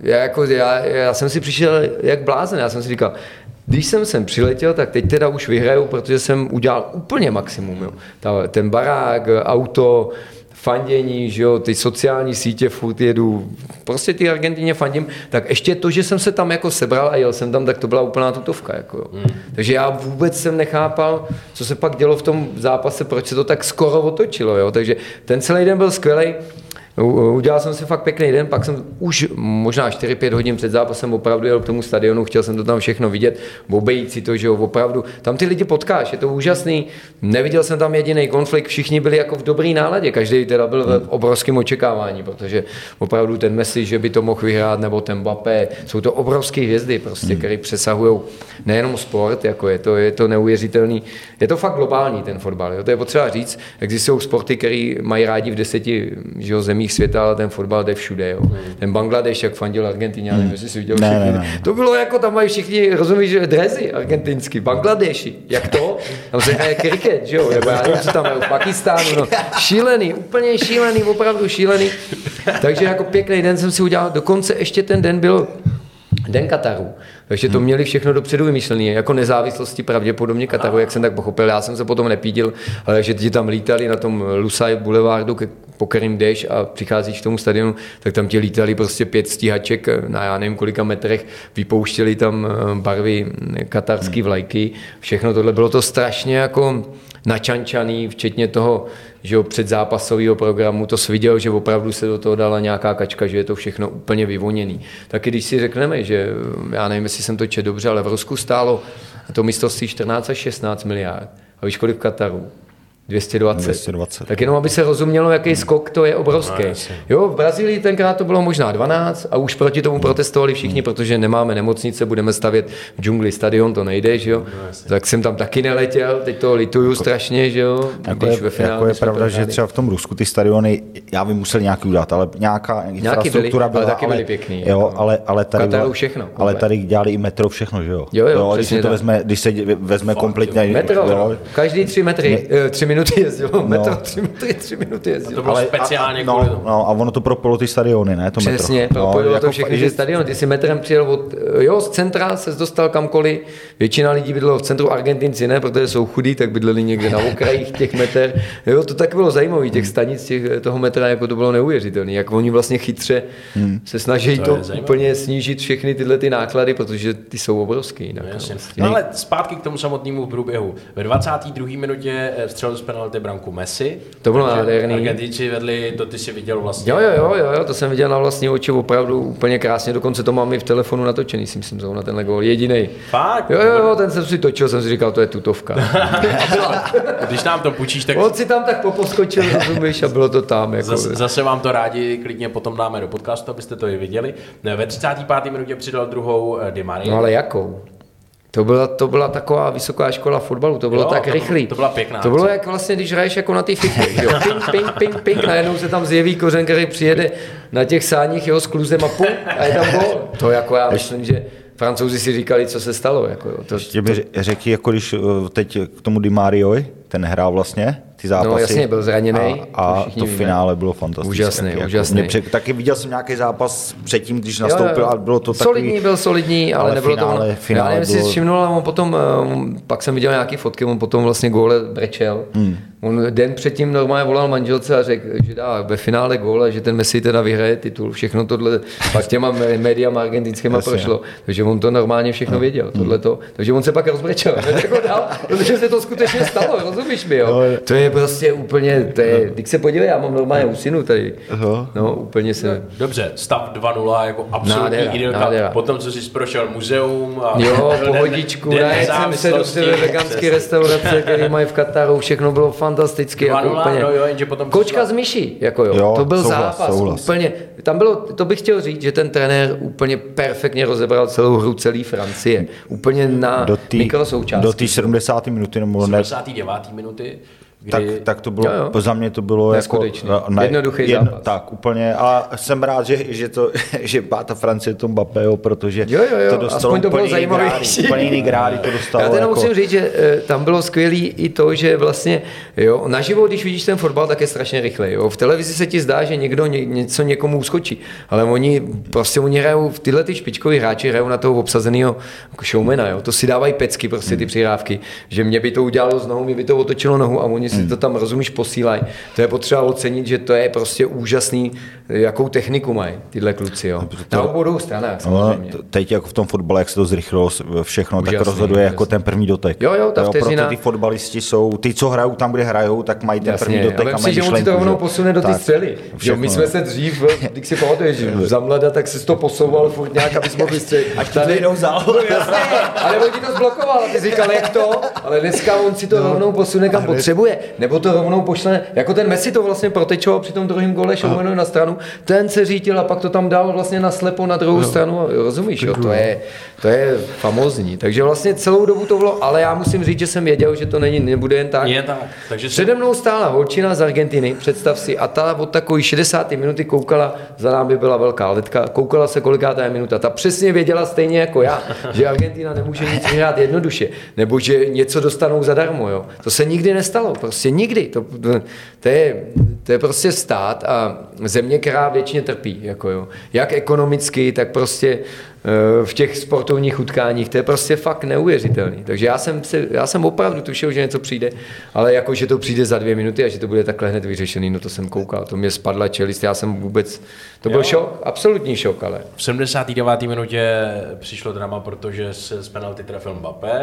já jsem si přišel jak blázen. Já jsem si říkal, když jsem sem přiletěl, tak teď teda už vyhraju, protože jsem udělal úplně maximum. Jo. Ten barák, auto, fandění, že jo, ty sociální sítě, furt jedu, prostě ty Argentině fandím, tak ještě to, že jsem se tam jako sebral a jel jsem tam, tak to byla úplná tutovka. Jako. Takže já vůbec jsem nechápal, co se pak dělo v tom zápase, proč se to tak skoro otočilo. Jo. Takže ten celý den byl skvělej. Udělal jsem si fakt pěkný den, pak jsem už možná 4-5 hodin před zápasem opravdu jel k tomu stadionu, chtěl jsem to tam všechno vidět, obejít si to, že jo, opravdu, tam ty lidi potkáš, je to úžasný, neviděl jsem tam jediný konflikt, všichni byli jako v dobrý náladě, každý teda byl v obrovském očekávání, protože opravdu ten Messi, že by to mohl vyhrát, nebo ten Mbappé, jsou to obrovské hvězdy prostě, které přesahují nejenom sport, jako je to neuvěřitelný, je to fakt globální ten fotbal, jo, to je potřeba říct, existují sporty, které mají rádi v 10 zemích světa, ale ten fotbal jde všude. Jo. Ten Bangladeš, jak fandil Argentině, nevím, jestli si viděl všichni. Ne. To bylo jako, tam mají všichni, rozumíš, že drezy argentinský, Bangladeši, jak to? Tam se hraje kriket, že jo, nebo já nevím, co tam mají v Pakistánu, no. Šílený, úplně šílený, opravdu šílený. Takže jako pěkný den jsem si udělal, dokonce ještě ten den byl Den Kataru. Takže to měli všechno dopředu vymyšlené, jako nezávislosti pravděpodobně Kataru, jak jsem tak pochopil. Já jsem se potom nepídil, ale že ti tam lítali na tom Lusail Boulevardu, po kterým jdeš a přicházíš k tomu stadionu, tak tam ti lítali prostě 5 stíhaček na já nevím kolika metrech, vypouštěli tam barvy katarský vlajky, všechno tohle. Bylo to strašně jako načančaný, včetně toho, že předzápasového programu, to jsi viděl, že opravdu se do toho dala nějaká kačka, že je to všechno úplně vyvoněný. Taky když si řekneme, že já nevím, jestli jsem to četl dobře, ale v Rusku stálo to mistrovství 14 až 16 miliard. A víš, kolik v Kataru? 220. Tak jenom, aby se rozumělo, jaký skok, to je obrovský. Jo, v Brazílii tenkrát to bylo možná 12 a už proti tomu protestovali všichni, protože nemáme nemocnice, budeme stavět v džungli stadion, to nejde, že jo. Tak jsem tam taky neletěl, teď to lituju strašně, že jo. Jako je pravda, že třeba v tom Rusku ty stadiony, já bych musel nějaký udělat, ale nějaká infrastruktura byla, ale taky byly pěkný. Jo, ale tady Kataru všechno. Ale tady dělali i metro všechno, že jo. Jo, když se vezme kompletně metro, každý 3 metry, 3 minuty jezdilo, metro 3 minuty jezdilo. To bylo speciálně kvůli tomu. No, a ono to propojilo ty stadiony, ne? To přesně, metro. propojilo jako to všechny ty stadiony. Ty si metrem přijel z centra, ses dostal kamkoliv. Většina lidí bydlelo v centru, Argentinci ne, protože jsou chudí, tak bydleli někde na okrajích těch meter. Jo, to tak bylo zajímavé, těch stanic toho metra, jako to bylo neuvěřitelné. Jak oni vlastně chytře se snaží to úplně snížit všechny tyhle ty náklady, protože ty jsou obrovský. No, ale zpátky k tomu samotnému průběhu. Ve 22. minutě vstřelil z penalty branku Messi. To bylo nádherný. Argentinci vedli, to ty si viděl vlastně. Jo, to jsem viděl na vlastní oči, opravdu úplně krásně, dokonce to mám i v telefonu natočený, si myslím, na tenhle gól, jedinej. Fakt? Jo, ten jsem si točil, jsem si říkal, to je tutovka. Když nám to půjčíš, tak... On si tam tak poposkočil, rozumíš, a bylo to tam. Jako... Zase vám to rádi klidně potom dáme do podcastu, abyste to i viděli. Ve 35. minutě přidal druhou Di Maria. No ale jakou? To byla taková vysoká škola fotbalu, to bylo tak rychlý. To byla pěkná. To bylo jak vlastně, když hraješ jako na té FIFA, jo? Ping, najednou se tam zjeví Kořen, který přijede na těch sáních jeho s kluzem a pum, a je tam gól. To jako já myslím, že Francouzi si říkali, co se stalo. Jako, Ještě mi řekni, jako když teď k tomu Di Marioi, ten hrál vlastně ty zápasy. No jasně, byl zraněný. A to finále bylo fantastické. Úžasný. Taky viděl jsem nějaký zápas předtím, když nastoupil a bylo to takový... Byl solidní, ale nebylo finále, to... Já nevím, jestli si všimnul, ale on potom, pak jsem viděl nějaký fotky, on potom vlastně góle brečel. On den předtím normálně volal manželce a řekl, že dá ve finále gól a že ten Messi teda vyhraje titul. Všechno tohle pak těma médiama argentinskýma prošlo. Takže on to normálně všechno věděl. Tohleto. Takže on se pak rozbrečel. Protože se to skutečně stalo, rozumíš mi, jo? To je prostě úplně, když se podívej, já mám normálně husinu tady. No, úplně se... Dobře, stav 2-0 jako absolutní idylka. Potom, co jsi prošel muzeum a... Jo, pohodičku, najet jsem se do sebe veganské restaurace, které mají v Kataru, všechno bylo fantastické. Jako úplně. No jo, jenže potom Kočka z myší, jako jo. To byl zápas, úplně. Tam bylo, to bych chtěl říct, že ten trenér úplně perfektně rozebral celou hru celé Francie. Úplně na mikrosoučástky. Do té 70. minuty nebo 79. minuty. Kdy... Tak to bylo, za mě to bylo jako... Jednoduchý zápas. Tak, úplně. A jsem rád, že ta Francie to Mbappého, protože to dostalo úplně jiný grády to dostalo. Já teda musím říct, že tam bylo skvělý i to, že vlastně, jo, naživo, když vidíš ten fotbal, tak je strašně rychlej. Jo. V televizi se ti zdá, že někdo něco někomu uskočí, ale oni hrajou, tyhle ty špičkoví hráči hrajou na toho obsazeného showmana, jo. To si dávají pecky, prostě ty přihrávky, že mě by to udělalo z nohou, mě by to otočilo nohu a oni si to tam, rozumíš, posílají. To je potřeba ocenit, že to je prostě úžasný, jakou techniku mají tyhle kluci. Jo. Na obou stranách samozřejmě. Teď jako v tom fotbale, jak se to zrychlilo všechno, úžasný, tak rozhoduje jako ten první dotek. Jo, ta vteřina. Proto ty fotbalisti jsou, ty, co hrajou tam, kde hrajou, tak mají ten první dotek a mají že on si to rovnou posune do ty střely. My jsme se dřív, když si pamatuješ, za mlada, tak se to posouval furt nějak, aby jsme mohli střelit. Ať tady jdou zál. Ale on ti to zblokoval a ty říkal, jak to, ale dneska on si to rovnou posune, kam potřebuje. Nebo to rovnou pošle, jako ten Messi to vlastně protečoval při tom druhém gole, šel na stranu, ten se řítil a pak to tam dal vlastně naslepo na druhou stranu, rozumíš, jo, to je famózní, takže vlastně celou dobu to bylo, ale já musím říct, že jsem věděl, že to nebude jen tak. Je tak. Takže přede mnou stála holčina z Argentiny, představ si, a ta od takový 60. minuty koukala, za námi byla velká letka, koukala se kolikátá je minuta, ta přesně věděla stejně jako já, že Argentina nemůže nic vyhrát jednoduše, nebo že něco dostanou zadarmo, jo. To se nikdy nestalo, prostě nikdy. To je prostě stát a země, která většině trpí, jako jo. Jak ekonomicky, tak prostě v těch sportovních utkáních, to je prostě fakt neuvěřitelný. Takže já jsem opravdu tušil, že něco přijde, ale jako, že to přijde za 2 minuty a že to bude takhle hned vyřešený, no to jsem koukal, to mě spadla čelist, já jsem vůbec, to byl šok, absolutní šok, ale. V 79. minutě přišlo drama, že se z penalty trefil Mbappé.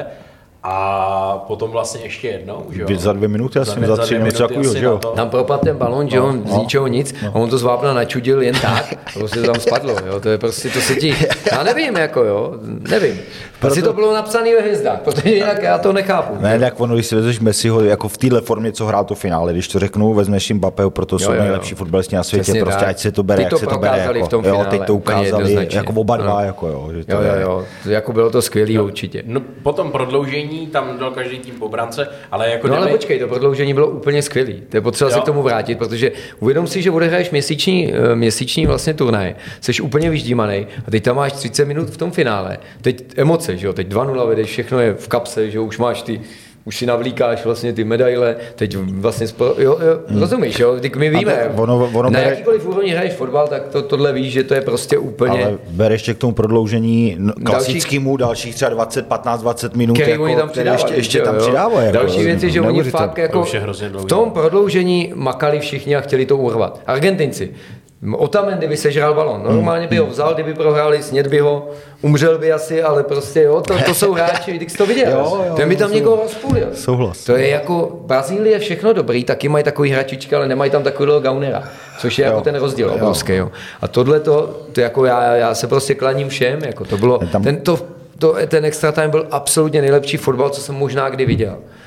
A potom vlastně ještě jednou, že jo? Za 2 minuty asi, za 3 minuty, že jo? Tam propadl ten balón, že on z ničeho nic, a on to z vápna načudil jen tak, a prostě to tam spadlo, jo? To je prostě, to se ti, já nevím, jako jo, nevím. Asi to bylo napsané ve hvězdách, protože jinak já to nechápu. Ne, tak ono, když si vezmeš Messiho, jako v téhle formě, co hrál to finále, když to řeknu, vezmeš Mbappého, proto jsou nejlepší fotbalisti na světě, přesně prostě ať se to bere, jak se to bere, jako, jo, teď to ukázali, jako oba dva, jako jo. Jo, jako bylo to skvělý určitě. No, potom prodloužení, tam dal každý tým po brance, ale jako... No ale počkej, to prodloužení bylo úplně skvělý. To je potřeba se k tomu vrátit, protože uvědom si, že odehraješ měsíční vlastně turnaj, jsi úplně vyždímanej a teď tam máš 30 minut v tom finále. Teď emoce, že jo, teď 2-0 vedeš, všechno je v kapse, že jo, už si navlíkáš vlastně ty medaile, teď vlastně, rozumíš, jo, teď my víme, na jakýkoliv úrovni hraješ fotbal, tak tohle víš, že to je prostě úplně... Ale bere ještě k tomu prodloužení klasickému dalších třeba 15-20 minut, který oni tam ještě tam přidávají. Další věc je, že oni fakt jako v tom prodloužení makali všichni a chtěli to urvat. Argentinci. Otamendi by sežral balon. Normálně by ho vzal, kdyby prohráli, sněd by ho, umřel by asi, ale prostě jo, to jsou hráči, když jsi to viděl. Ten by tam někoho rozpůlil. Souhlas. To je jako, Brazílie všechno dobrý, taky mají takový hračičky, ale nemají tam takového gaunera, což je jako ten rozdíl obrovský. Jo. A tohle to jako já se prostě klaním všem, jako to bylo, ten extra time byl absolutně nejlepší fotbal, co jsem možná kdy viděl.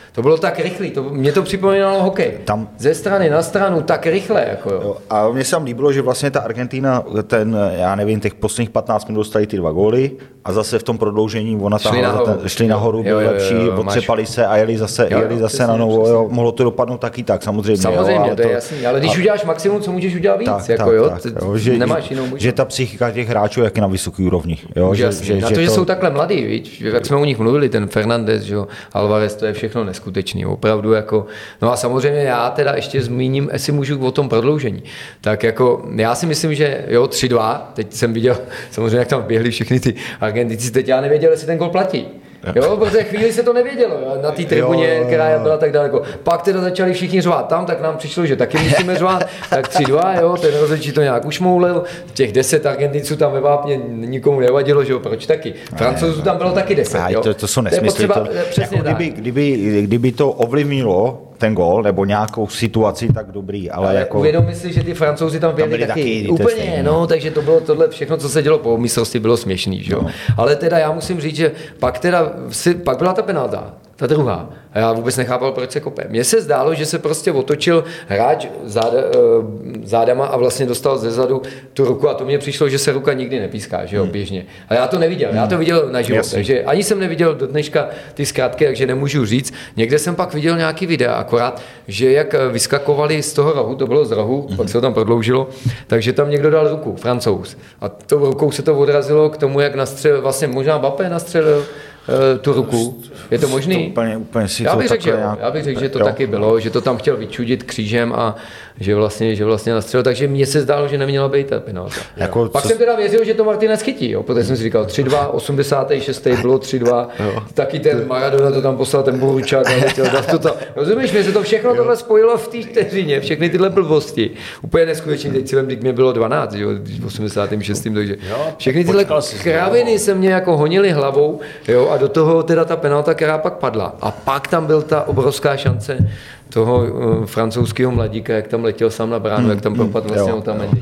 To bylo tak rychlý, mě to připomínalo hokej. Ze strany na stranu tak rychle. Jako jo. A mně se tam líbilo, že vlastně ta Argentina, já nevím, těch posledních 15 minut dostali ty 2 góly a zase v tom prodloužení šli nahoru, byli lepší, potřepali se a jeli zase na novo. Jo. Mohlo to dopadnout taky tak, samozřejmě. Samozřejmě, to je jasný, ale když uděláš maximum, co můžeš udělat víc, nemáš jinou možnost. Že ta psychika těch hráčů jak je na vysoké úrovni. Jo, že jsou takhle mladí, víš, jak jsme o nich mluvili, ten Fernandez, že jo, Alvarez, to je všechno neskutečný, opravdu jako, no a samozřejmě já teda ještě zmíním, jestli můžu o tom prodloužení, tak jako já si myslím, že jo, 3-2, teď jsem viděl, samozřejmě jak tam běhli všichni ty Argentinci, teď já nevěděl, jestli ten gol platí. Jo, protože chvíli se to nevědělo, jo, na té tribuně, která byla tak daleko. Pak teda začali všichni řvát tam, tak nám přišlo, že taky musíme řvát, tak 3-2, jo, ten rozhodčí to nějak ušmoulil, těch 10 Argentinců tam ve vápně nikomu nevadilo, že jo, proč taky. Francouzů tam bylo taky 10, jo. To jsou nesmysly. Kdyby to ovlivnilo ten gól nebo nějakou situaci, tak dobrý, ale jako... Uvědomi si, že ty Francouzi tam byli taky úplně, no, takže to bylo tohle všechno, co se dělo po mistrovství, bylo směšný, že jo. No. Ale teda já musím říct, že pak byla ta penalta, ta druhá. A já vůbec nechápal, proč se kope. Mně se zdálo, že se prostě otočil hráč zádama a vlastně dostal ze zadu tu ruku a to mně přišlo, že se ruka nikdy nepíská, že jo, běžně. A já to neviděl, já to viděl naživo, takže ani jsem neviděl do dneška ty zkrátky, takže nemůžu říct. Někde jsem pak viděl nějaký videa, akorát, že jak vyskakovali z toho rohu, to bylo z rohu, pak se to tam prodloužilo, takže tam někdo dal ruku, Francouz. A tou rukou se to odrazilo k tomu, jak nastřelil, vlastně možná Mbappé nastřelil tu ruku. Je to možný? Úplně si já bych řekl, že to taky bylo, že to tam chtěl vyčudit křížem a že vlastně nastřelil, takže mně se zdálo, že neměla být ta penalta. Pak jsem teda věřil, že to Martinez chytí, jo, protože jsem si říkal 3-2, 86. bylo 3-2, taky ten Maradona to tam poslal, ten Boručák, rozumíš, mě se to všechno tohle spojilo v té vteřině, všechny tyhle blbosti. Úplně neskutečný, teď si vem, když mě bylo 12, jo, v 86. takže všechny tyhle kraviny se mě jako honily hlavou, jo, a do toho teda ta penalta, která pak padla. A pak tam byl ta obrovská šance toho francouzského mladíka, jak tam letěl sám na bránu, jak tam propadl vlastně Otamendi.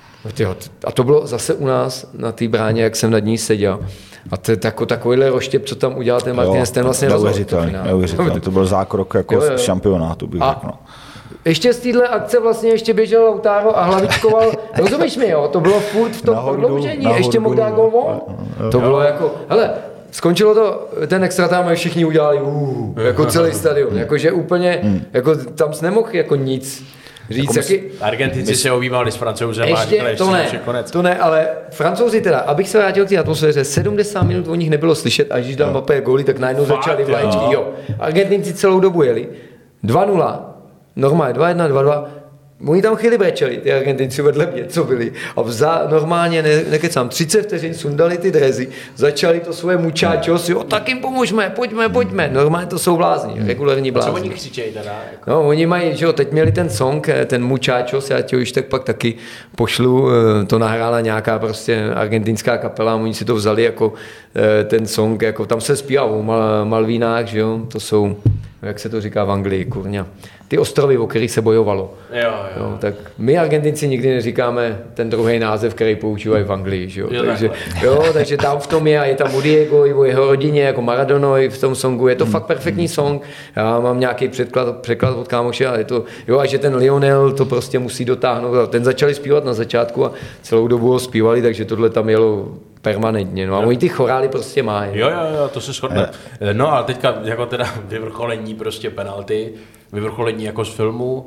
A to bylo zase u nás na té bráně, jak jsem nad ní seděl. A to je takovýhle roštěp, co tam udělal ten Martinez, ten vlastně neuvěřitelný. To byl zákrok jako z šampionátu, bych řekl. Ještě z téhle akce vlastně ještě běžel Lautaro a hlavičkoval, rozumíš mi, jo, to bylo furt v tom prodloužení, ještě mohl dát gól on. To bylo jako, hele, skončilo to, ten extra tam všichni udělali, jako celý stadion, jakože úplně, jako tam jsi nemohl jako nic říct. Argentinci se objímali s Francouzem a říkali, že konec. To ne, ale Francouzi teda, abych se vrátil k té atmosféře, 70 minut o nich nebylo slyšet a když dal Mbappé góly, tak najednou začali vlaječky, jo. Argentinci celou dobu jeli, 2-0, normálně 2-1, 2-2, oni tam chvíli brečeli, ty Argentinci vedle mě, co byli. A normálně, nekecám, 30 vteřin sundali ty drezy, začali to svoje muchachos, jo, tak jim pomožme, pojďme. Normálně to jsou blázni, regulární blázni. Co oni křičejí teda? Jako? No, oni mají, že jo, teď měli ten song, ten muchachos, já ti už tak pak taky pošlu, to nahrála nějaká prostě argentinská kapela, oni si to vzali jako ten song, jako tam se zpívá o Malvinách, že jo, to jsou, jak se to říká v Anglii, kurňa. Ty ostrovy, o kterých se bojovalo. Jo, tak my Argentinci nikdy neříkáme ten druhý název, který používají v Anglii. Že jo? Takže tam v tom je, a je tam u Diego i o jeho rodině, jako Maradonovi v tom songu. Je to fakt perfektní song. Já mám nějaký překlad od kámoše a je to, jo, a že ten Lionel to prostě musí dotáhnout. Ten začali zpívat na začátku a celou dobu ho zpívali, takže tohle tam jelo permanentně. No a oni ty chorály prostě mají. Jo, to se shodne. No a teďka jako teda vyvrcholení prostě penalty, vyvrcholení jako z filmu,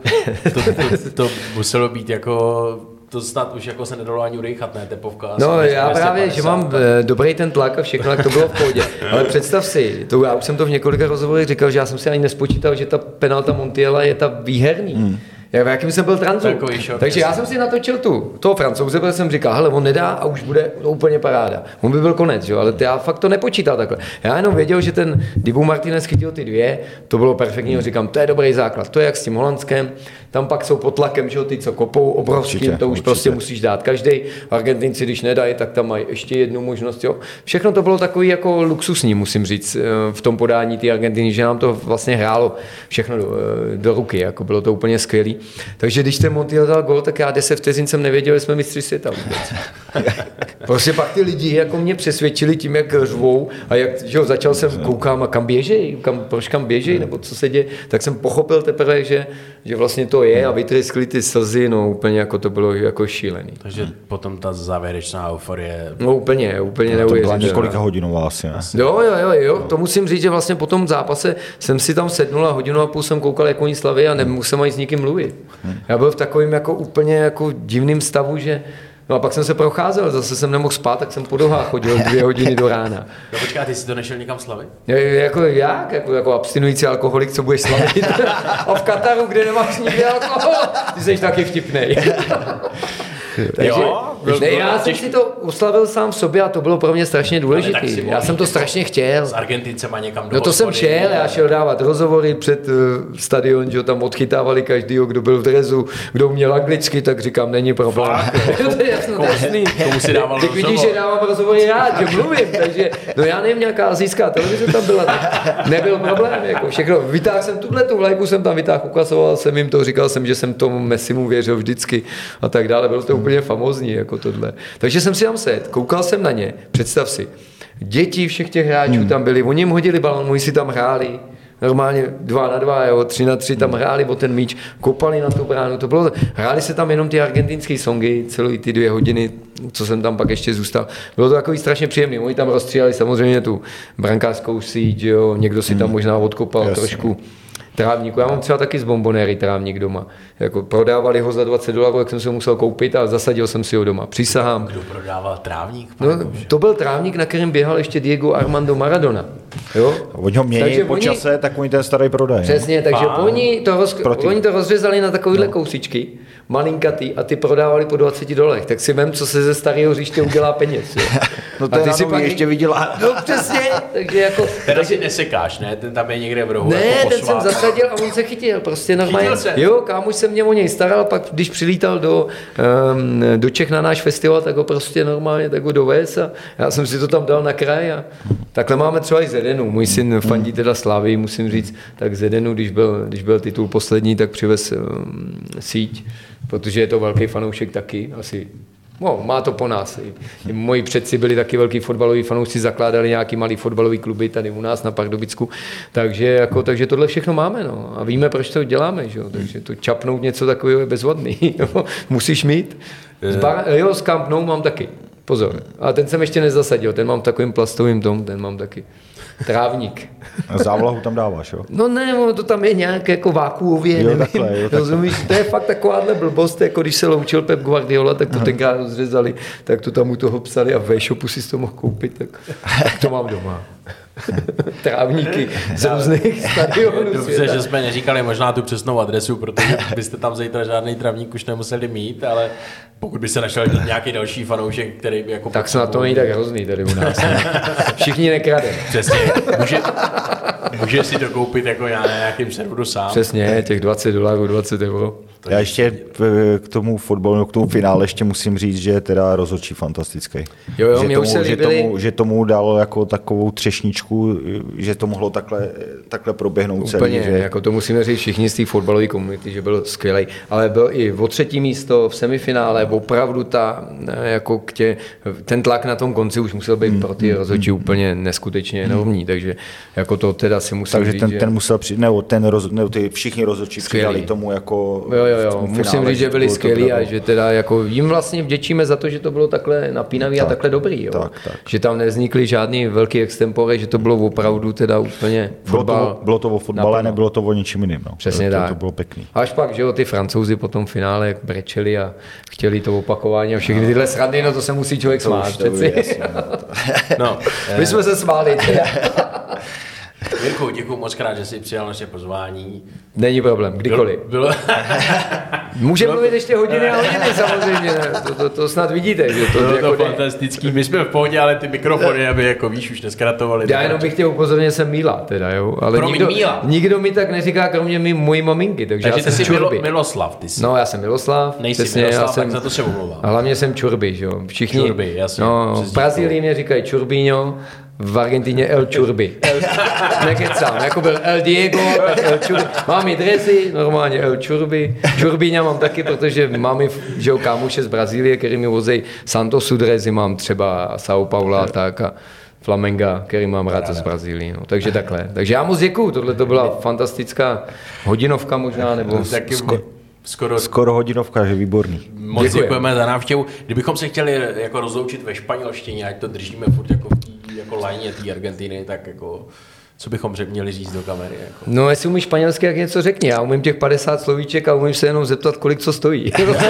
to muselo být jako, to snad už jako se nedalo ani udejchat, ne, tepovka. No já právě, že mám dobrý ten tlak a všechno, jak to bylo v pohodě. Ale představ si, já už jsem to v několika rozhovorech říkal, že já jsem si ani nespočítal, že ta penalta Montiela je ta výherní. V jakým jsem byl transu. Takže já jsem si natočil toho Francouze, protože jsem říkal, hele, on nedá a už bude to úplně paráda. On by byl konec, jo, ale já fakt to nepočítal takhle. Já jenom věděl, že ten Dibu Martinez chytil ty dvě, to bylo perfektní, říkám, to je dobrý základ, to je jak s tím Holandskem, tam pak jsou pod tlakem, že jo, ty, co kopou obrovským, to už prostě musíš dát každý. Argentinci, když nedají, tak tam mají ještě jednu možnost, jo. Všechno to bylo takový jako luxusní, musím říct, v tom podání té Argentiny, že nám to vlastně hrálo všechno do ruky, jako bylo to úplně skvělý. Takže když ten Montiel dal gól, tak já 10 vteřin jsem nevěděl, že jsme mistři světa vůbec. Prostě pak ty lidi jako mě přesvědčili tím, jak řvou a jak, že jo, začal jsem koukám a kam běžej, proč kam běžej, nebo co se děje, tak jsem pochopil teprve, že vlastně to je a vytryskli ty slzy, no úplně jako to bylo jako šílený. Takže potom ta závěrečná euforie. No úplně neuvěřitelná. To byla několika hodinová asi, ne? Jo, to musím říct, že vlastně po tom zápase jsem si tam sednul a hodinu a půl jsem koukal, jak oni slaví a nemusel ani s nikým mluvit. Já byl v takovém jako úplně jako divným stavu, že no a pak jsem se procházel, zase jsem nemohl spát, tak jsem po dohách chodil 2 hodiny do rána. No počká, ty jsi to nešel nikam slavit? Jako abstinující alkoholik, co budeš slavit? A v Kataru, kde nemáš nikdy alkohol, ty jsi taky vtipnej. Takže, já jsem si to oslavil sám v sobě a to bylo pro mě strašně důležité. Já jsem to strašně chtěl. S Argentincema někam do No to jsem šel, já šel dávat rozhovory před stadion, že tam odchytávali každýho, kdo byl v drezu, kdo uměl anglicky, tak říkám, není problém. To je jasný. Komu si dával tak vidíš, že dávám rozhovory rád, že mluvím, takže no já nevím, nějaká asijská televize tam byla, nebyl problém, jako všechno. Vytáhl jsem tu vlajku, jsem tam vytáhl, ukazoval jsem jim to, říkal jsem, že jsem tomu Messimu věřil vždycky a tak dále, bylo to úplně famózní, jako tohle. Takže jsem si tam sedl, koukal jsem na ně, představ si, děti všech těch hráčů tam byli, oni jim hodili balon, oni si tam hráli, normálně 2-2, jo, 3-3 tam hráli o ten míč, kopali na tu bránu, to bylo, hráli se tam jenom ty argentinské songy, celé ty 2 hodiny, co jsem tam pak ještě zůstal. Bylo to takový strašně příjemný, oni tam rozstříhali samozřejmě tu brankářskou síť, jo, někdo si tam možná odkopal trošku trávníku. Já mám třeba taky z Bombonéry trávník doma. Jako prodávali ho za $20, jak jsem si ho musel koupit a zasadil jsem si ho doma. Přísahám. Kdo prodával trávník? No, to byl trávník, na kterém běhal ještě Diego Armando Maradona. Jo? Oni ho mění po čase, tak oni ten starý prodají. Přesně, takže oni to rozřezali na takovýhle kousičky, malinkatý, a ty prodávali po $20. Tak si vem, co se ze starého hřiště udělá peněz. Jo? No to a ty si pak ještě viděl. No přesně, takže jako... Teda si nesekáš, ne? Ten tam je někde v rohu. Ne, jako ten jsem zasadil a on se chytil, prostě normálně. Jo, kámoš se mě o něj staral, pak když přilítal do Čech na náš festival, tak ho prostě normálně tak ho dovez a já jsem si to tam dal na kraj a takhle máme třeba i Zedenu. Můj syn fandí teda Slavii, musím říct, tak Zedenu, když byl titul poslední, tak přivez síť, protože je to velký fanoušek taky, asi. No, má to po nás. I moji předci byli taky velký fotbaloví fanoušci, zakládali nějaký malý fotbalový kluby tady u nás na Pardubicku. Takže tohle všechno máme, no. A víme, proč to děláme, že jo. Takže to čapnout něco takového je bezvadný. Musíš mít. S Camp Nou mám taky. Pozor. A ten jsem ještě nezasadil, ten mám v takovým plastovým tom, ten mám taky. Trávník. A závlahu tam dáváš, jo? No ne, to tam je nějak jako vákuově, jo, nevím. Takhle. Rozumíš, to je fakt takováhle blbost, jako když se loučil Pep Guardiola, tak to tenkrát rozřezali, tak to tam u toho psali a v e-shopu si to mohl koupit, tak to mám doma. Trávníky z různých stadionů. Dobře, že jsme neříkali možná tu přesnou adresu, protože byste tam zítra žádný trávník už nemuseli mít, ale pokud by se našel nějaký další fanoušek, který by jako... Tak snad to není tak hrozný tady u nás. Všichni nekrademe. Přesně. Může si to koupit jako já na nějakým serveru sám. Přesně, těch $20, 20 euro. Já ještě k tomu fotbalu, k tomu finále ještě musím říct, že je teda rozhodčí fantastický. Jo, mě už se líbili... že tomu dal jako takovou třešničku, že to mohlo takhle proběhnout celý. Úplně, jako to musíme říct všichni z té fotbalové komunity, že byl skvělý, ale byl i o 3. místo v semifinále, opravdu ten tlak na tom konci už musel být pro ty rozhodčí úplně neskutečně enormní, takže jako to teda si musím říct, ten musel přijít, ty všichni rozhodčí přidali tomu jako... Jo, musím říct, že byli skvělí a že teda jako jim vlastně vděčíme za to, že to bylo takhle napínavý a takhle dobrý, jo. Tak. Že tam nevznikly žádný velký extempore, že to bylo opravdu teda úplně fotbal. Bylo to o fotbale, nebylo to o ničím jiným, no. Přesně tak. To bylo pěkný. Až pak, že jo, ty Francouzi po tom finále jak brečeli a chtěli to opakování a všechny tyhle srandy, no to se musí člověk smát. No, my jsme se smáli. Jirko, děkuji moc krát, že jsi přijal naše pozvání. Není problém, kdykoliv. Můžeme mluvit ještě hodiny a hodiny samozřejmě, to snad vidíte. Že to bylo jako to fantastický, my jsme v pohodě, ale ty mikrofony, aby jako víš, už neskratovali. Já jenom bych chtěl upozornit, že jsem Míla teda, jo. Ale nikdo mi tak neříká, kromě mojí maminky, takže já jsem Čurby. Miloslav, ty jsi. No, já jsem Miloslav. Nejsi přesně, Miloslav, tak za to se omlouvám. A hlavně jsem Čurby, že jo. Všichni, Čurby, jasně. No, v Brazílii mě říkají Čurbíňo, v Argentině El Churbi. Nekecám, jako byl El Diego, tak El Churbi. Mám i dresy, normálně El Churbi. Churbíňa mám taky, protože mám i kámoše z Brazílie, který mi vozí Santosu dresy, mám třeba São Paula tak a Flamenga, který mám rád z Brazílie. No. Takže takhle. Takže já moc děkuju, tohle to byla fantastická hodinovka možná, nebo skoro hodinovka, že výborný. Moc děkujeme za návštěvu. Kdybychom se chtěli jako rozloučit ve španělštině, ať to držíme furt jako v té jako lajně té Argentiny, tak jako co bychom měli říct do kamery? Jako? No, jestli umíš španělsky, jak něco řekni. Já umím těch 50 slovíček a umím se jenom zeptat, kolik co stojí.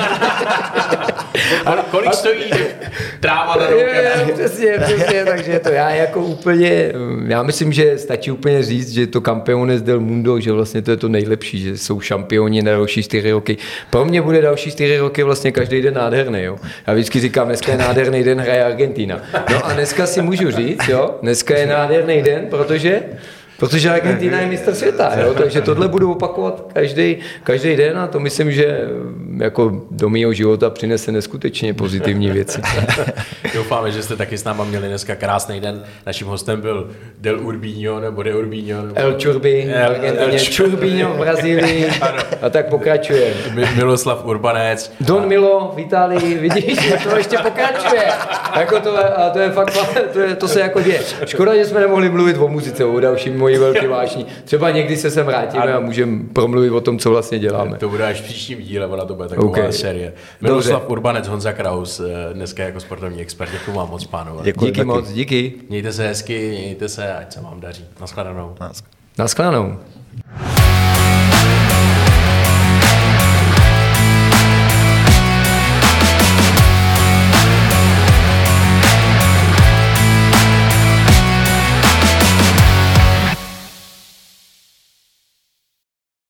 Kolik stojí tráva na roukem? Přesně, takže to já jako úplně, já myslím, že stačí úplně říct, že to Campeones del Mundo, že vlastně to je to nejlepší, že jsou šampioni na další 4 roky. Pro mě bude další 4 roky vlastně každý den nádherný, jo. Já vždycky říkám, dneska je nádherný den, hraje Argentina. No a dneska si můžu říct, jo, dneska je nádherný den, protože Argentina je mistr světa, jo? Takže tohle budu opakovat každý den a to myslím, že jako do mého života přinese neskutečně pozitivní věci. Doufáme, že jste taky s náma měli dneska krásný den. Naším hostem byl Del Urbino nebo De Urbino. Nebo... El Churbi, Churbino v Brazílii a tak pokračuje. Miloslav Urbanec. Don Milo v Itálii, vidíš, to ještě pokračuje. Jako to je fakt, to se jako děje. Škoda, že jsme nemohli mluvit o muzice, o dalším moji velký vášní. Třeba někdy se sem vrátíme a můžeme promluvit o tom, co vlastně děláme. To bude až v příštím díle, ona to bude taková série. Miroslav Urbanec, Honza Kraus, dneska jako sportovní expert. Děkuji vám moc, pánové. Díky moc, díky. Mějte se hezky, mějte se, ať se vám daří. Naschledanou. Naschledanou.